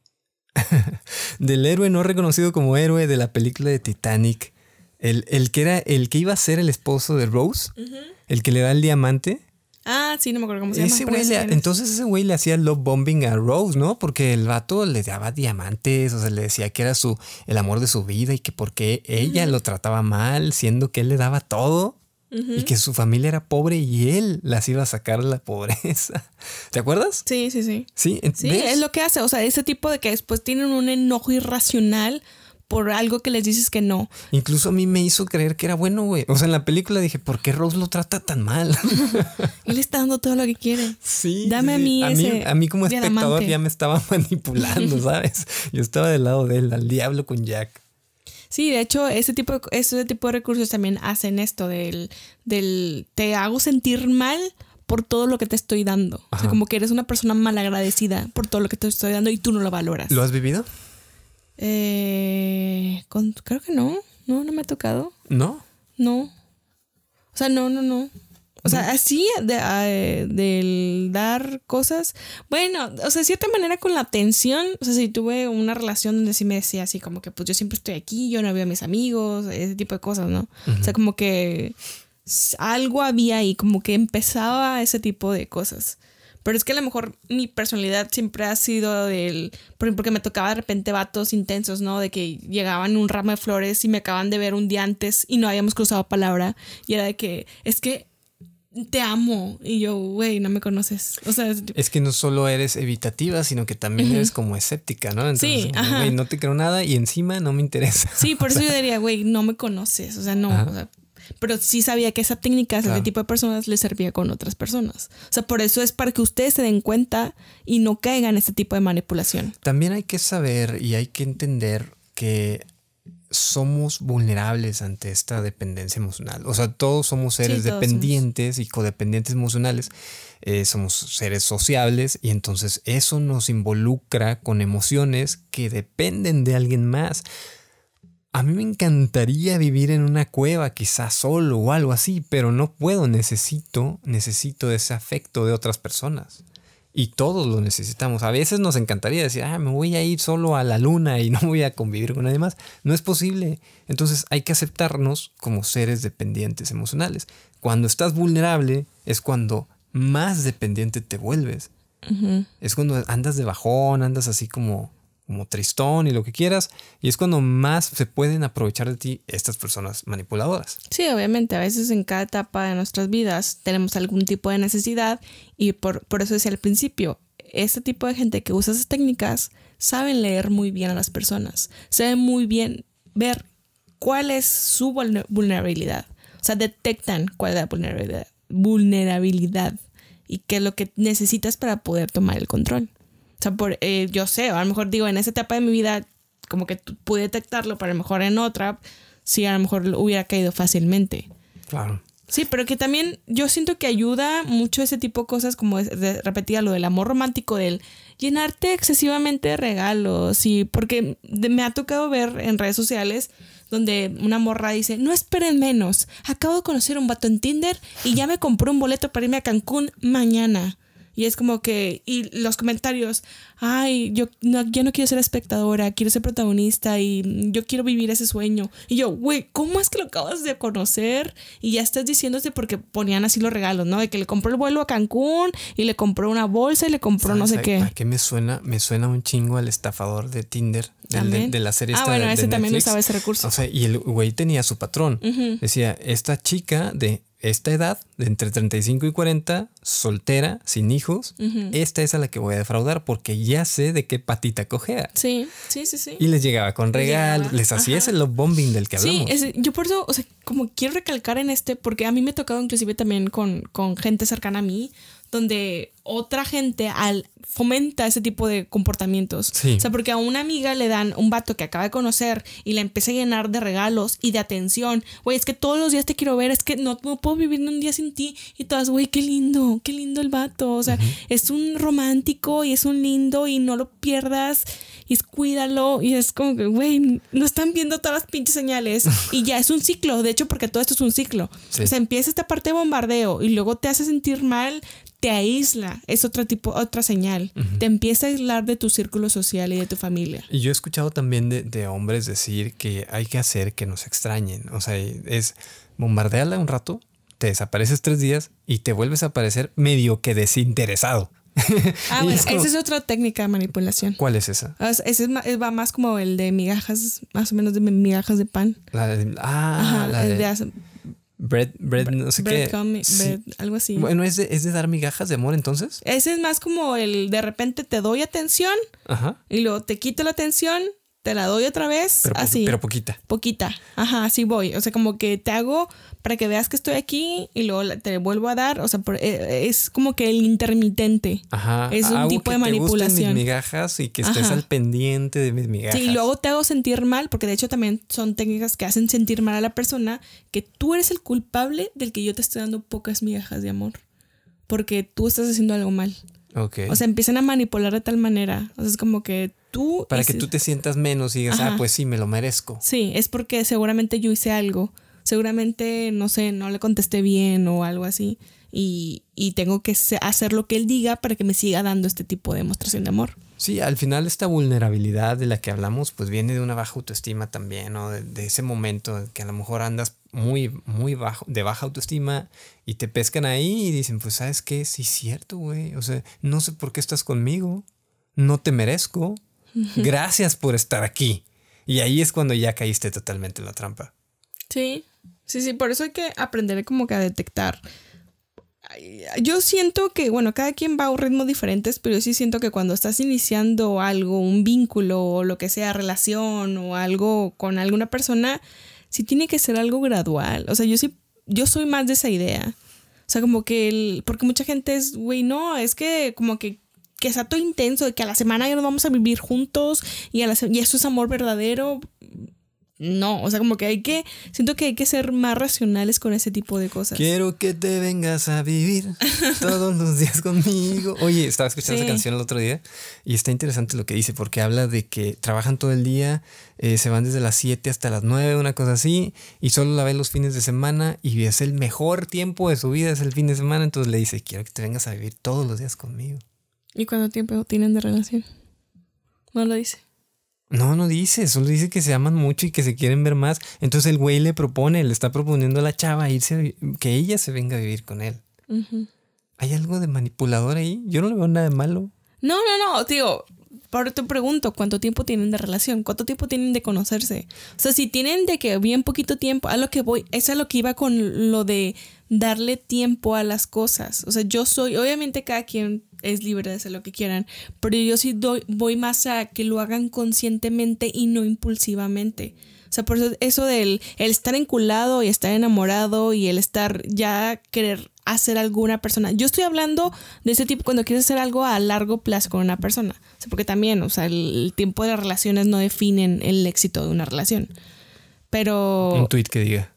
del héroe no reconocido como héroe de la película de Titanic. El, el que era el que iba a ser el esposo de Rose, uh-huh. el que le da el diamante. Ah, sí, no me acuerdo cómo se ese llama. Güey le, entonces ese güey le hacía love bombing a Rose, ¿no? Porque el vato le daba diamantes, o sea, le decía que era su, el amor de su vida y que porque ella uh-huh. lo trataba mal, siendo que él le daba todo uh-huh. y que su familia era pobre y él las iba a sacar de la pobreza. ¿Te acuerdas? Sí, sí, sí. Sí, sí es lo que hace, o sea, ese tipo de que después tienen un enojo irracional por algo que les dices que no. Incluso a mí me hizo creer que era bueno, güey. O sea, en la película dije, ¿por qué Rose lo trata tan mal? Él está dando todo lo que quiere. Sí. Dame sí. a mí a ese mí, a mí como espectador diamante. Ya me estaba manipulando, ¿sabes? Yo estaba del lado de él, al diablo con Jack. Sí, de hecho, ese tipo de, ese tipo de recursos también hacen esto del, del te hago sentir mal por todo lo que te estoy dando. Ajá. O sea, como que eres una persona malagradecida por todo lo que te estoy dando y tú no lo valoras. ¿Lo has vivido? Eh, con, creo que no. No, no me ha tocado. ¿No? No. O sea, no, no, no. O sea, ¿no? Así de, de, del dar cosas. Bueno, o sea, de cierta manera con la atención. O sea, si tuve una relación donde sí me decía así como que pues yo siempre estoy aquí, yo no veo a mis amigos, ese tipo de cosas, ¿no? Uh-huh. O sea, como que algo había ahí, como que empezaba ese tipo de cosas. Pero es que a lo mejor mi personalidad siempre ha sido del... Porque me tocaba de repente vatos intensos, ¿no? De que llegaban un ramo de flores y me acaban de ver un día antes y no habíamos cruzado palabra. Y era de que, es que te amo. Y yo, güey, no me conoces. O sea... Es, es que no solo eres evitativa, sino que también uh-huh. eres como escéptica, ¿no? Entonces, sí, ajá. güey, no te creo nada y encima no me interesa. Sí, por eso yo diría, güey, no me conoces. O sea, no... O sea, pero sí sabía que esa técnica, claro. ese tipo de personas les servía con otras personas. O sea, por eso es para que ustedes se den cuenta y no caigan en este tipo de manipulación. También hay que saber y hay que entender que somos vulnerables ante esta dependencia emocional. O sea, todos somos seres sí, todos dependientes somos. y codependientes emocionales. Eh, somos seres sociables y entonces eso nos involucra con emociones que dependen de alguien más. A mí me encantaría vivir en una cueva, quizás solo o algo así, pero no puedo, necesito, necesito ese afecto de otras personas. Y todos lo necesitamos. A veces nos encantaría decir, ah, me voy a ir solo a la luna y no voy a convivir con nadie más. No es posible. Entonces hay que aceptarnos como seres dependientes emocionales. Cuando estás vulnerable es cuando más dependiente te vuelves. Uh-huh. Es cuando andas de bajón, andas así como... como tristón y lo que quieras, y es cuando más se pueden aprovechar de ti estas personas manipuladoras. Sí, obviamente, a veces en cada etapa de nuestras vidas tenemos algún tipo de necesidad y por, por eso decía al principio, este tipo de gente que usa esas técnicas saben leer muy bien a las personas, saben muy bien ver cuál es su vulnerabilidad, o sea, detectan cuál es la vulnerabilidad, vulnerabilidad y qué es lo que necesitas para poder tomar el control. O sea, por, eh, yo sé, a lo mejor digo, en esa etapa de mi vida como que pude detectarlo, pero a lo mejor en otra, sí, a lo mejor hubiera caído fácilmente. Claro. Sí, pero que también yo siento que ayuda mucho ese tipo de cosas, como de, repetía lo del amor romántico, del llenarte excesivamente de regalos. Y porque de, me ha tocado ver en redes sociales donde una morra dice, no esperen menos, acabo de conocer a un vato en Tinder y ya me compró un boleto para irme a Cancún mañana. Y es como que, y los comentarios, ay, yo no, yo no quiero ser espectadora, quiero ser protagonista y yo quiero vivir ese sueño. Y yo, güey, ¿cómo es que lo acabas de conocer? Y ya estás diciéndote porque ponían así los regalos, ¿no? De que le compró el vuelo a Cancún y le compró una bolsa y le compró no sé a, qué. ¿A qué me suena? Me suena un chingo al estafador de Tinder, del, de, de la serie ah, esta bueno, de, ese de también Netflix. usaba ese recurso. O sea, y el güey tenía su patrón. Uh-huh. Decía, esta chica de esta edad, de entre treinta y cinco y cuarenta, soltera, sin hijos, uh-huh. esta es a la que voy a defraudar porque ya sé de qué patita cojea. Sí, sí, sí, sí. Y les llegaba con regalos, les hacía ese love bombing del que hablamos. Sí, es, yo por eso, o sea, como quiero recalcar en este, porque a mí me ha tocado inclusive también con, con gente cercana a mí, donde otra gente al fomenta ese tipo de comportamientos. Sí. O sea, porque a una amiga le dan un vato que acaba de conocer y la empieza a llenar de regalos y de atención. Güey, es que todos los días te quiero ver, es que no, no puedo vivir un día sin ti. Y todas, güey, qué lindo, qué lindo el vato. O sea, uh-huh. es un romántico y es un lindo y no lo pierdas y es, cuídalo. Y es como que, güey, no están viendo todas las pinches señales. Y ya es un ciclo, de hecho, porque todo esto es un ciclo. Sí. O sea, empieza esta parte de bombardeo y luego te hace sentir mal, te aísla, es otro tipo, otra señal. Uh-huh. Te empieza a aislar de tu círculo social y de tu familia. Y yo he escuchado también de, de hombres decir que hay que hacer que nos extrañen. O sea, es bombardearla un rato, te desapareces tres días y te vuelves a aparecer medio que desinteresado. Ah, bueno, es como, esa es otra técnica de manipulación. ¿Cuál es esa? Ese es, va más como el de migajas, más o menos de migajas de pan. La de, ah, Ajá, la el de... de Bread, bread, no sé bread qué. Come, sí. bread, algo así. Bueno, ¿es de, ¿es de dar migajas de amor entonces? Ese es más como el de repente te doy atención. Ajá. Y luego te quito la atención, te la doy otra vez. Pero, así. Pero poquita. Poquita. Ajá, así voy. O sea, como que te hago para que veas que estoy aquí y luego te vuelvo a dar. O sea, por, es como que el intermitente. Ajá. Es un Hago tipo que de manipulación. Te gusten mis migajas y que estés Ajá. al pendiente de mis migajas. Sí, y luego te hago sentir mal, porque de hecho también son técnicas que hacen sentir mal a la persona, que tú eres el culpable del que yo te estoy dando pocas migajas de amor. Porque tú estás haciendo algo mal. Okay. O sea, empiezan a manipular de tal manera. O sea, es como que tú... Para hice... que tú te sientas menos y digas, Ajá. ah, pues sí, me lo merezco. Sí, es porque seguramente yo hice algo. Seguramente, no sé, no le contesté bien o algo así. Y, y tengo que hacer lo que él diga para que me siga dando este tipo de demostración de amor. Sí, al final esta vulnerabilidad de la que hablamos pues viene de una baja autoestima también, ¿no? De, de ese momento en que a lo mejor andas muy, muy bajo, de baja autoestima y te pescan ahí y dicen, pues, ¿sabes qué? Sí, es cierto, güey. O sea, no sé por qué estás conmigo. No te merezco. Gracias por estar aquí. Y ahí es cuando ya caíste totalmente en la trampa. Sí, sí, sí. Por eso hay que aprender como que a detectar. Yo siento que, bueno, cada quien va a un ritmo diferentes, pero yo sí siento que cuando estás iniciando algo, un vínculo o lo que sea, relación o algo con alguna persona, sí tiene que ser algo gradual. O sea, yo sí, yo soy más de esa idea. O sea, como que el, porque mucha gente es, güey, no, es que como que, que está todo intenso, de que a la semana ya nos vamos a vivir juntos y, a la, y eso es amor verdadero. No, o sea, como que hay que, siento que hay que ser más racionales con ese tipo de cosas. Quiero que te vengas a vivir todos los días conmigo. Oye, estaba escuchando sí. esa canción el otro día y está interesante lo que dice, porque habla de que trabajan todo el día, eh, se van desde las siete hasta las nueve, una cosa así, y solo la ven los fines de semana y es el mejor tiempo de su vida, es el fin de semana. Entonces le dice, quiero que te vengas a vivir todos los días conmigo. ¿Y cuánto tiempo tienen de relación? No lo dice. No, no dice, solo dice que se aman mucho y que se quieren ver más. Entonces el güey le propone, le está proponiendo a la chava irse, que ella se venga a vivir con él. Uh-huh. ¿Hay algo de manipulador ahí? Yo no le veo nada de malo. No, no, no, tío. Ahora te pregunto, ¿cuánto tiempo tienen de relación? ¿Cuánto tiempo tienen de conocerse? O sea, si tienen de que bien poquito tiempo, a lo que voy, es a lo que iba con lo de darle tiempo a las cosas. O sea, yo soy, obviamente cada quien es libre de hacer lo que quieran, pero yo sí doy, voy más a que lo hagan conscientemente y no impulsivamente. O sea, por eso eso del el estar enculado y estar enamorado y el estar ya querer hacer alguna persona. Yo estoy hablando de ese tipo cuando quieres hacer algo a largo plazo con una persona. O sea, porque también, o sea, el, el tiempo de las relaciones no definen el éxito de una relación. Pero... Un tweet que diga.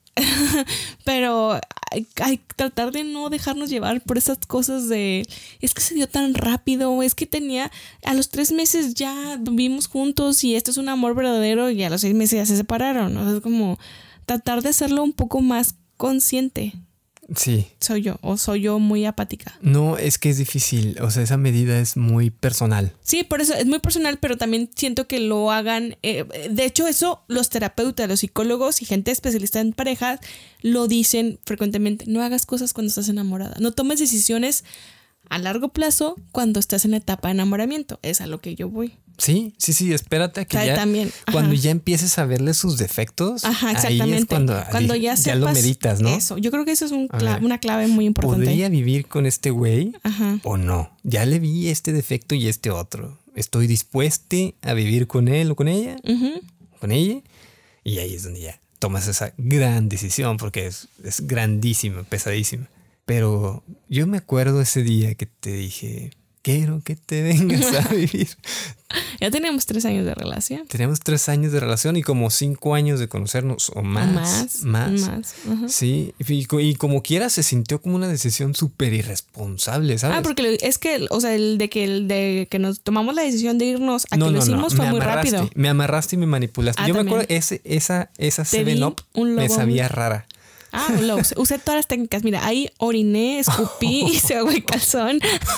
Pero hay, hay que tratar de no dejarnos llevar por esas cosas de es que se dio tan rápido, es que tenía a los tres meses ya vivimos juntos y esto es un amor verdadero y a los seis meses ya se separaron. O sea, es como tratar de hacerlo un poco más consciente. Sí. Soy yo, o soy yo muy apática. No, es que es difícil, o sea, esa medida es muy personal. Sí, por eso es muy personal, pero también siento que lo hagan, eh, de hecho eso los terapeutas, los psicólogos y gente especialista en parejas lo dicen frecuentemente, no hagas cosas cuando estás enamorada, no tomes decisiones a largo plazo cuando estás en la etapa de enamoramiento, es a lo que yo voy. Sí, sí, sí, espérate a que ya también, cuando ya empieces a verle sus defectos, ajá, exactamente. Ahí es cuando, cuando ya, ya sepas lo meditas, ¿no? Eso, yo creo que eso es un cla- una clave muy importante. ¿Podría vivir con este güey ajá. o no? Ya le vi este defecto y este otro. ¿Estoy dispuesta a vivir con él o con ella? Uh-huh. ¿Con ella? Y ahí es donde ya tomas esa gran decisión porque es, es grandísima, pesadísima. Pero yo me acuerdo ese día que te dije... Quiero que te vengas a vivir. Ya teníamos tres años de relación. Teníamos tres años de relación y como cinco años de conocernos o más. Más. Más. más. Uh-huh. Sí. Y, y como quiera se sintió como una decisión súper irresponsable, ¿sabes? Ah, porque es que, o sea, el de que el de que nos tomamos la decisión de irnos a no, que no, lo hicimos no. fue me muy amarraste, rápido. Me amarraste y me manipulaste. Ah, Yo también. me acuerdo, ese, esa, esa seven up me sabía rara. Ah, lo usé, usé todas las técnicas. Mira, ahí oriné, escupí, hice agua y calzón.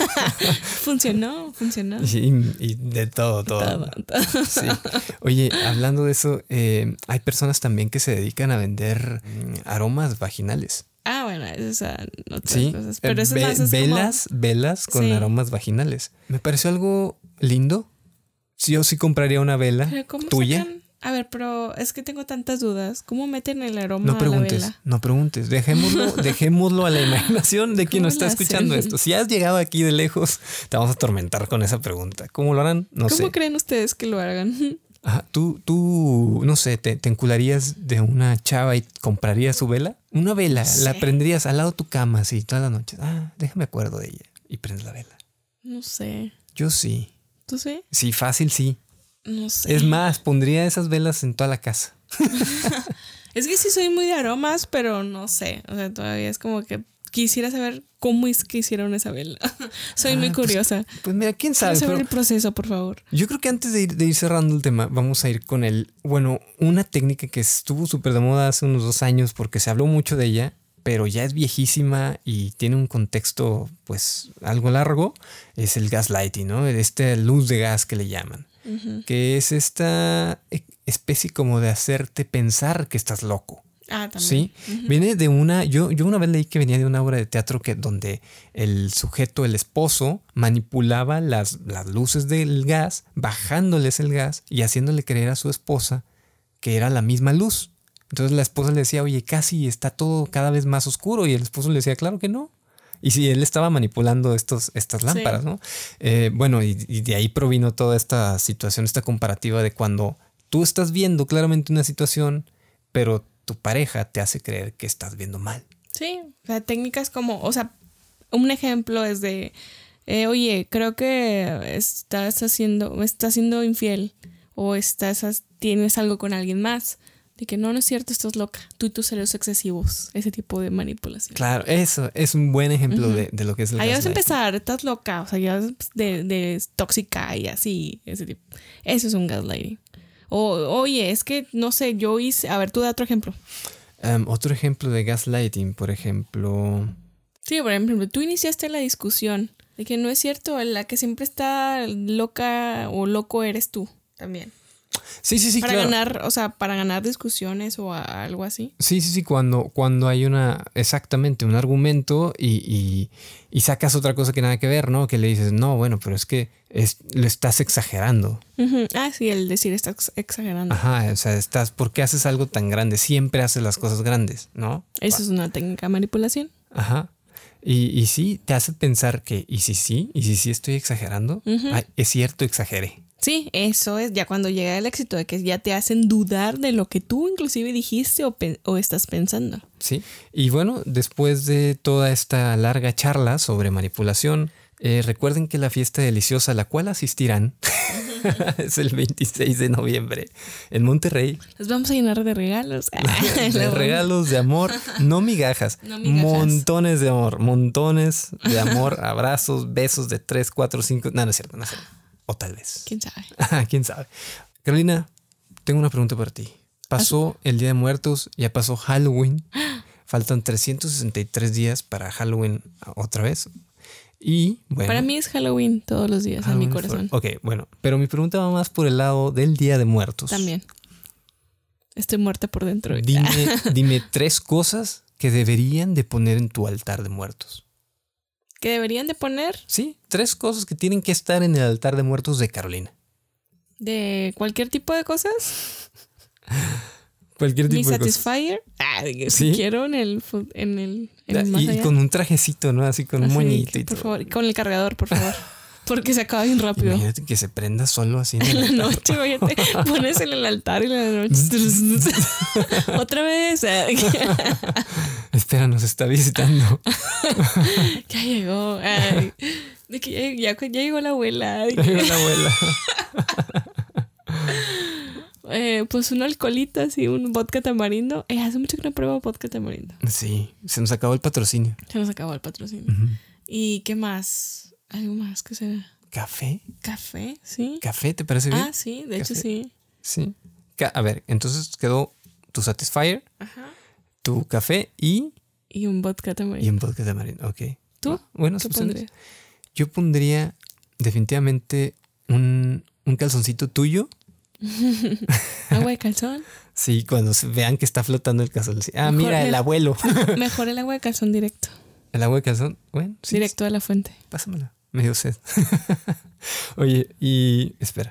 funcionó, funcionó. Y, y de todo, todo. todo, todo. Sí. Oye, hablando de eso, eh, hay personas también que se dedican a vender mm, aromas vaginales. Ah, bueno, esas no sí. cosas. Pero eso Ve- más es velas, como... velas con sí. aromas vaginales. Me pareció algo lindo. Sí, yo sí compraría una vela tuya. Sacan? A ver, pero es que tengo tantas dudas. ¿Cómo meten el aroma No preguntes, a la vela? no preguntes. Dejémoslo, dejémoslo a la imaginación de quien nos está escuchando hacen? esto. Si has llegado aquí de lejos, te vamos a atormentar con esa pregunta. ¿Cómo lo harán? No ¿Cómo sé. ¿Cómo creen ustedes que lo hagan? Ajá, tú, tú, no sé, te, te encularías de una chava y comprarías su vela. Una vela, sí. la prenderías al lado de tu cama así toda la noche. Ah, déjame acuerdo de ella. Y prendes la vela. No sé. Yo sí. ¿Tú sí? Sí, fácil, sí. No sé. Es más, pondría esas velas en toda la casa. Es que sí soy muy de aromas, pero no sé. O sea, todavía es como que quisiera saber cómo es que hicieron esa vela. Soy ah, muy curiosa. Pues, pues mira, quién sabe. Quiero saber pero el proceso, por favor. Yo creo que antes de ir, de ir cerrando el tema, vamos a ir con el... Bueno, una técnica que estuvo súper de moda hace unos dos años porque se habló mucho de ella, pero ya es viejísima y tiene un contexto, pues, algo largo. Es el gaslighting, ¿no? Esta luz de gas que le llaman. Uh-huh. Que es esta especie como de hacerte pensar que estás loco. Ah, también. Sí, uh-huh. Viene de una, yo, yo una vez leí que venía de una obra de teatro que donde el sujeto, el esposo, manipulaba las, las luces del gas, bajándoles el gas y haciéndole creer a su esposa que era la misma luz. Entonces la esposa le decía, oye, casi está todo cada vez más oscuro, y el esposo le decía, claro que no. Y sí, él estaba manipulando estos, estas lámparas, sí. ¿no? Eh, bueno, y, y de ahí provino toda esta situación, esta comparativa de cuando tú estás viendo claramente una situación, pero tu pareja te hace creer que estás viendo mal. Sí, o sea, técnicas como, o sea, un ejemplo es de, eh, oye, creo que estás haciendo, estás siendo infiel, o estás, tienes algo con alguien más. De que no, no es cierto, estás loca. Tú y tus celos excesivos. Ese tipo de manipulación. Claro, eso es un buen ejemplo uh-huh. de, de lo que es el gaslighting. Ahí vas a empezar, estás loca. O sea, ya de, de tóxica y así. Ese tipo. Eso es un gaslighting. O, oye, es que, no sé, yo hice... A ver, tú da otro ejemplo. Um, otro ejemplo de gaslighting, por ejemplo... Sí, por ejemplo, tú iniciaste la discusión. De que no es cierto, la que siempre está loca o loco eres tú también. Sí, sí, sí, para claro. ganar, o sea, para ganar discusiones o a, algo así. Sí, sí, sí, cuando, cuando hay una, exactamente, un argumento y, y, y sacas otra cosa que nada que ver, ¿no? Que le dices, no, bueno, pero es que es, lo estás exagerando. Uh-huh. Ah, sí, el decir estás exagerando. Ajá, o sea, estás, ¿por qué haces algo tan grande? Siempre haces las cosas grandes, ¿no? Eso es una técnica de manipulación. Ajá. Y, y sí, te hace pensar que, ¿y si sí? ¿Y si sí estoy exagerando? Uh-huh. Ay, es cierto, exageré. Sí, eso es ya cuando llega el éxito, de que ya te hacen dudar de lo que tú inclusive dijiste o, pe- o estás pensando. Sí, y bueno, después de toda esta larga charla sobre manipulación, eh, recuerden que la fiesta deliciosa a la cual asistirán es el veintiséis de noviembre en Monterrey. Los vamos a llenar de regalos. De regalos, de amor, no migajas, no migajas, montones de amor, montones de amor, abrazos, besos de tres, cuatro, cinco, no, no es cierto, no es cierto. O tal vez. ¿Quién sabe? ¿Quién sabe? Carolina, tengo una pregunta para ti. Pasó el Día de Muertos, ya pasó Halloween. Faltan trescientos sesenta y tres días para Halloween otra vez. Y bueno. Para mí es Halloween todos los días Halloween en mi corazón. For... Ok, bueno. Pero mi pregunta va más por el lado del Día de Muertos. También. Estoy muerta por dentro. Dime, dime tres cosas que deberían de poner en tu altar de muertos. ¿Que deberían de poner? Sí, tres cosas que tienen que estar en el altar de muertos de Carolina. ¿De cualquier tipo de cosas? Cualquier tipo ¿Mi de Satisfyer? cosas. Ah, ¿sí? Quiero en el... En el, en el y, y con un trajecito, ¿no? Así con así un moñito que, y por todo. favor, con el cargador, por favor. Porque se acaba bien rápido. Imagínate que se prenda solo así en, en la noche. Imagínate, pones en el altar y en la noche. Otra vez. Espera, nos está visitando. Ya llegó. Ay, de que ya, ya, ya llegó la abuela. Ya llegó la abuela. eh, pues un alcoholito así, un vodka tamarindo. Eh, hace mucho que no pruebo vodka tamarindo. Sí, se nos acabó el patrocinio. Se nos acabó el patrocinio. Uh-huh. ¿Y qué más? ¿Algo más que será? ¿Café? ¿Café? Sí. ¿Café? ¿Te parece bien? Ah, sí, de ¿Café? hecho sí. Sí. A ver, entonces quedó tu Satisfyer, ajá, tu café y... Y un vodka tamarindo. Y un vodka tamarindo, ok. ¿Tú? Bueno, ¿qué pondrías? Yo pondría definitivamente un, un calzoncito tuyo. ¿Agua de calzón? Sí, cuando vean que está flotando el calzón. Ah, mejor mira, el, el abuelo. Mejor el agua de calzón directo. ¿El agua de calzón? Bueno, sí. Directo a la fuente. Pásamela. Me dio sed. Oye, y... Espera.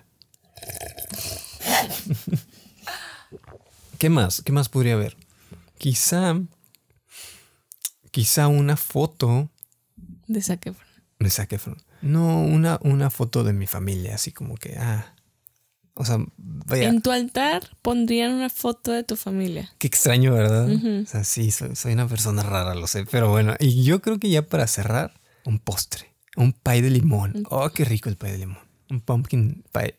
¿Qué más? ¿Qué más podría haber? Quizá... Quizá una foto... De Zac Efron. De Zac Efron. No, una, una foto de mi familia. Así como que... Ah... O sea, vaya. En tu altar pondrían una foto de tu familia. Qué extraño, ¿verdad? Uh-huh. O sea, sí, soy, soy una persona rara, lo sé. Pero bueno, y yo creo que ya para cerrar, un postre. Un pie de limón. Oh, qué rico el pie de limón. Un pumpkin pie.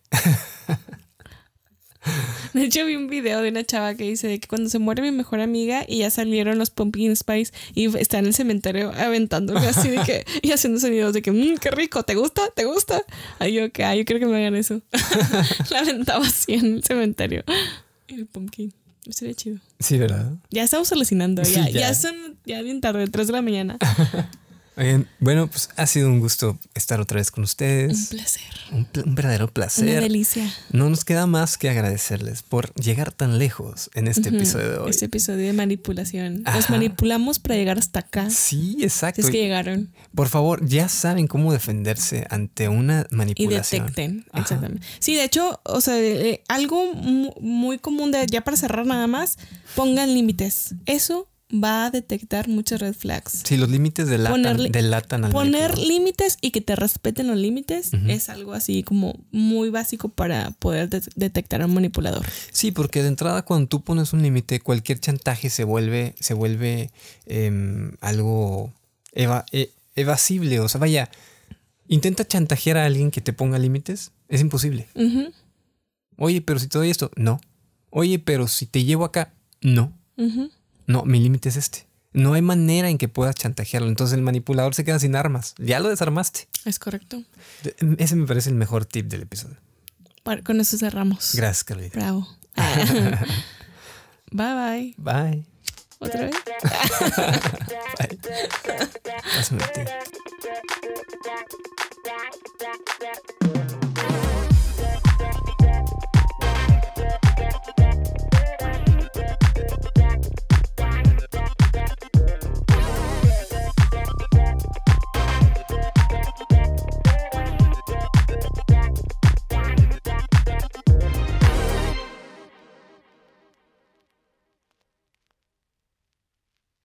De hecho, vi un video de una chava que dice de que cuando se muere mi mejor amiga y ya salieron los pumpkin spice y está en el cementerio aventándole así de que y haciendo sonidos de que mmm, qué rico, ¿te gusta? ¿Te gusta? Ay, yo que ay, yo quiero que me hagan eso. La aventaba así en el cementerio. El pumpkin. Sería chido. Sí, ¿verdad? Ya estamos alucinando. Ya, sí, ya. ya son ya bien tarde, tres de la mañana. Oigan, bueno, pues ha sido un gusto estar otra vez con ustedes. Un placer. Un, pl- un verdadero placer. Una delicia. No nos queda más que agradecerles por llegar tan lejos en este uh-huh. episodio de hoy. Este episodio de manipulación. Ajá. Los manipulamos para llegar hasta acá. Sí, exacto. Si es que llegaron. Por favor, ya saben cómo defenderse ante una manipulación. Y detecten. Ajá. Exactamente. Sí, de hecho, o sea, eh, algo muy común de ya para cerrar nada más, pongan límites. Eso va a detectar muchos red flags. Sí, los límites delatan, poner, delatan al Poner límites y que te respeten los límites uh-huh. es algo así como muy básico para poder de- detectar a un manipulador. Sí, porque de entrada cuando tú pones un límite, cualquier chantaje se vuelve, se vuelve eh, algo eva- eh, evasible. O sea, vaya, intenta chantajear a alguien que te ponga límites. Es imposible. Uh-huh. Oye, pero si te doy esto, no. Oye, pero si te llevo acá, no. Uh-huh. No, mi límite es este. No hay manera en que puedas chantajearlo. Entonces el manipulador se queda sin armas. Ya lo desarmaste. Es correcto. Ese me parece el mejor tip del episodio. Bueno, con eso cerramos. Gracias, Carolina. Bravo. Bye, bye. Bye. ¿Otra vez? Bye. Pásame el té.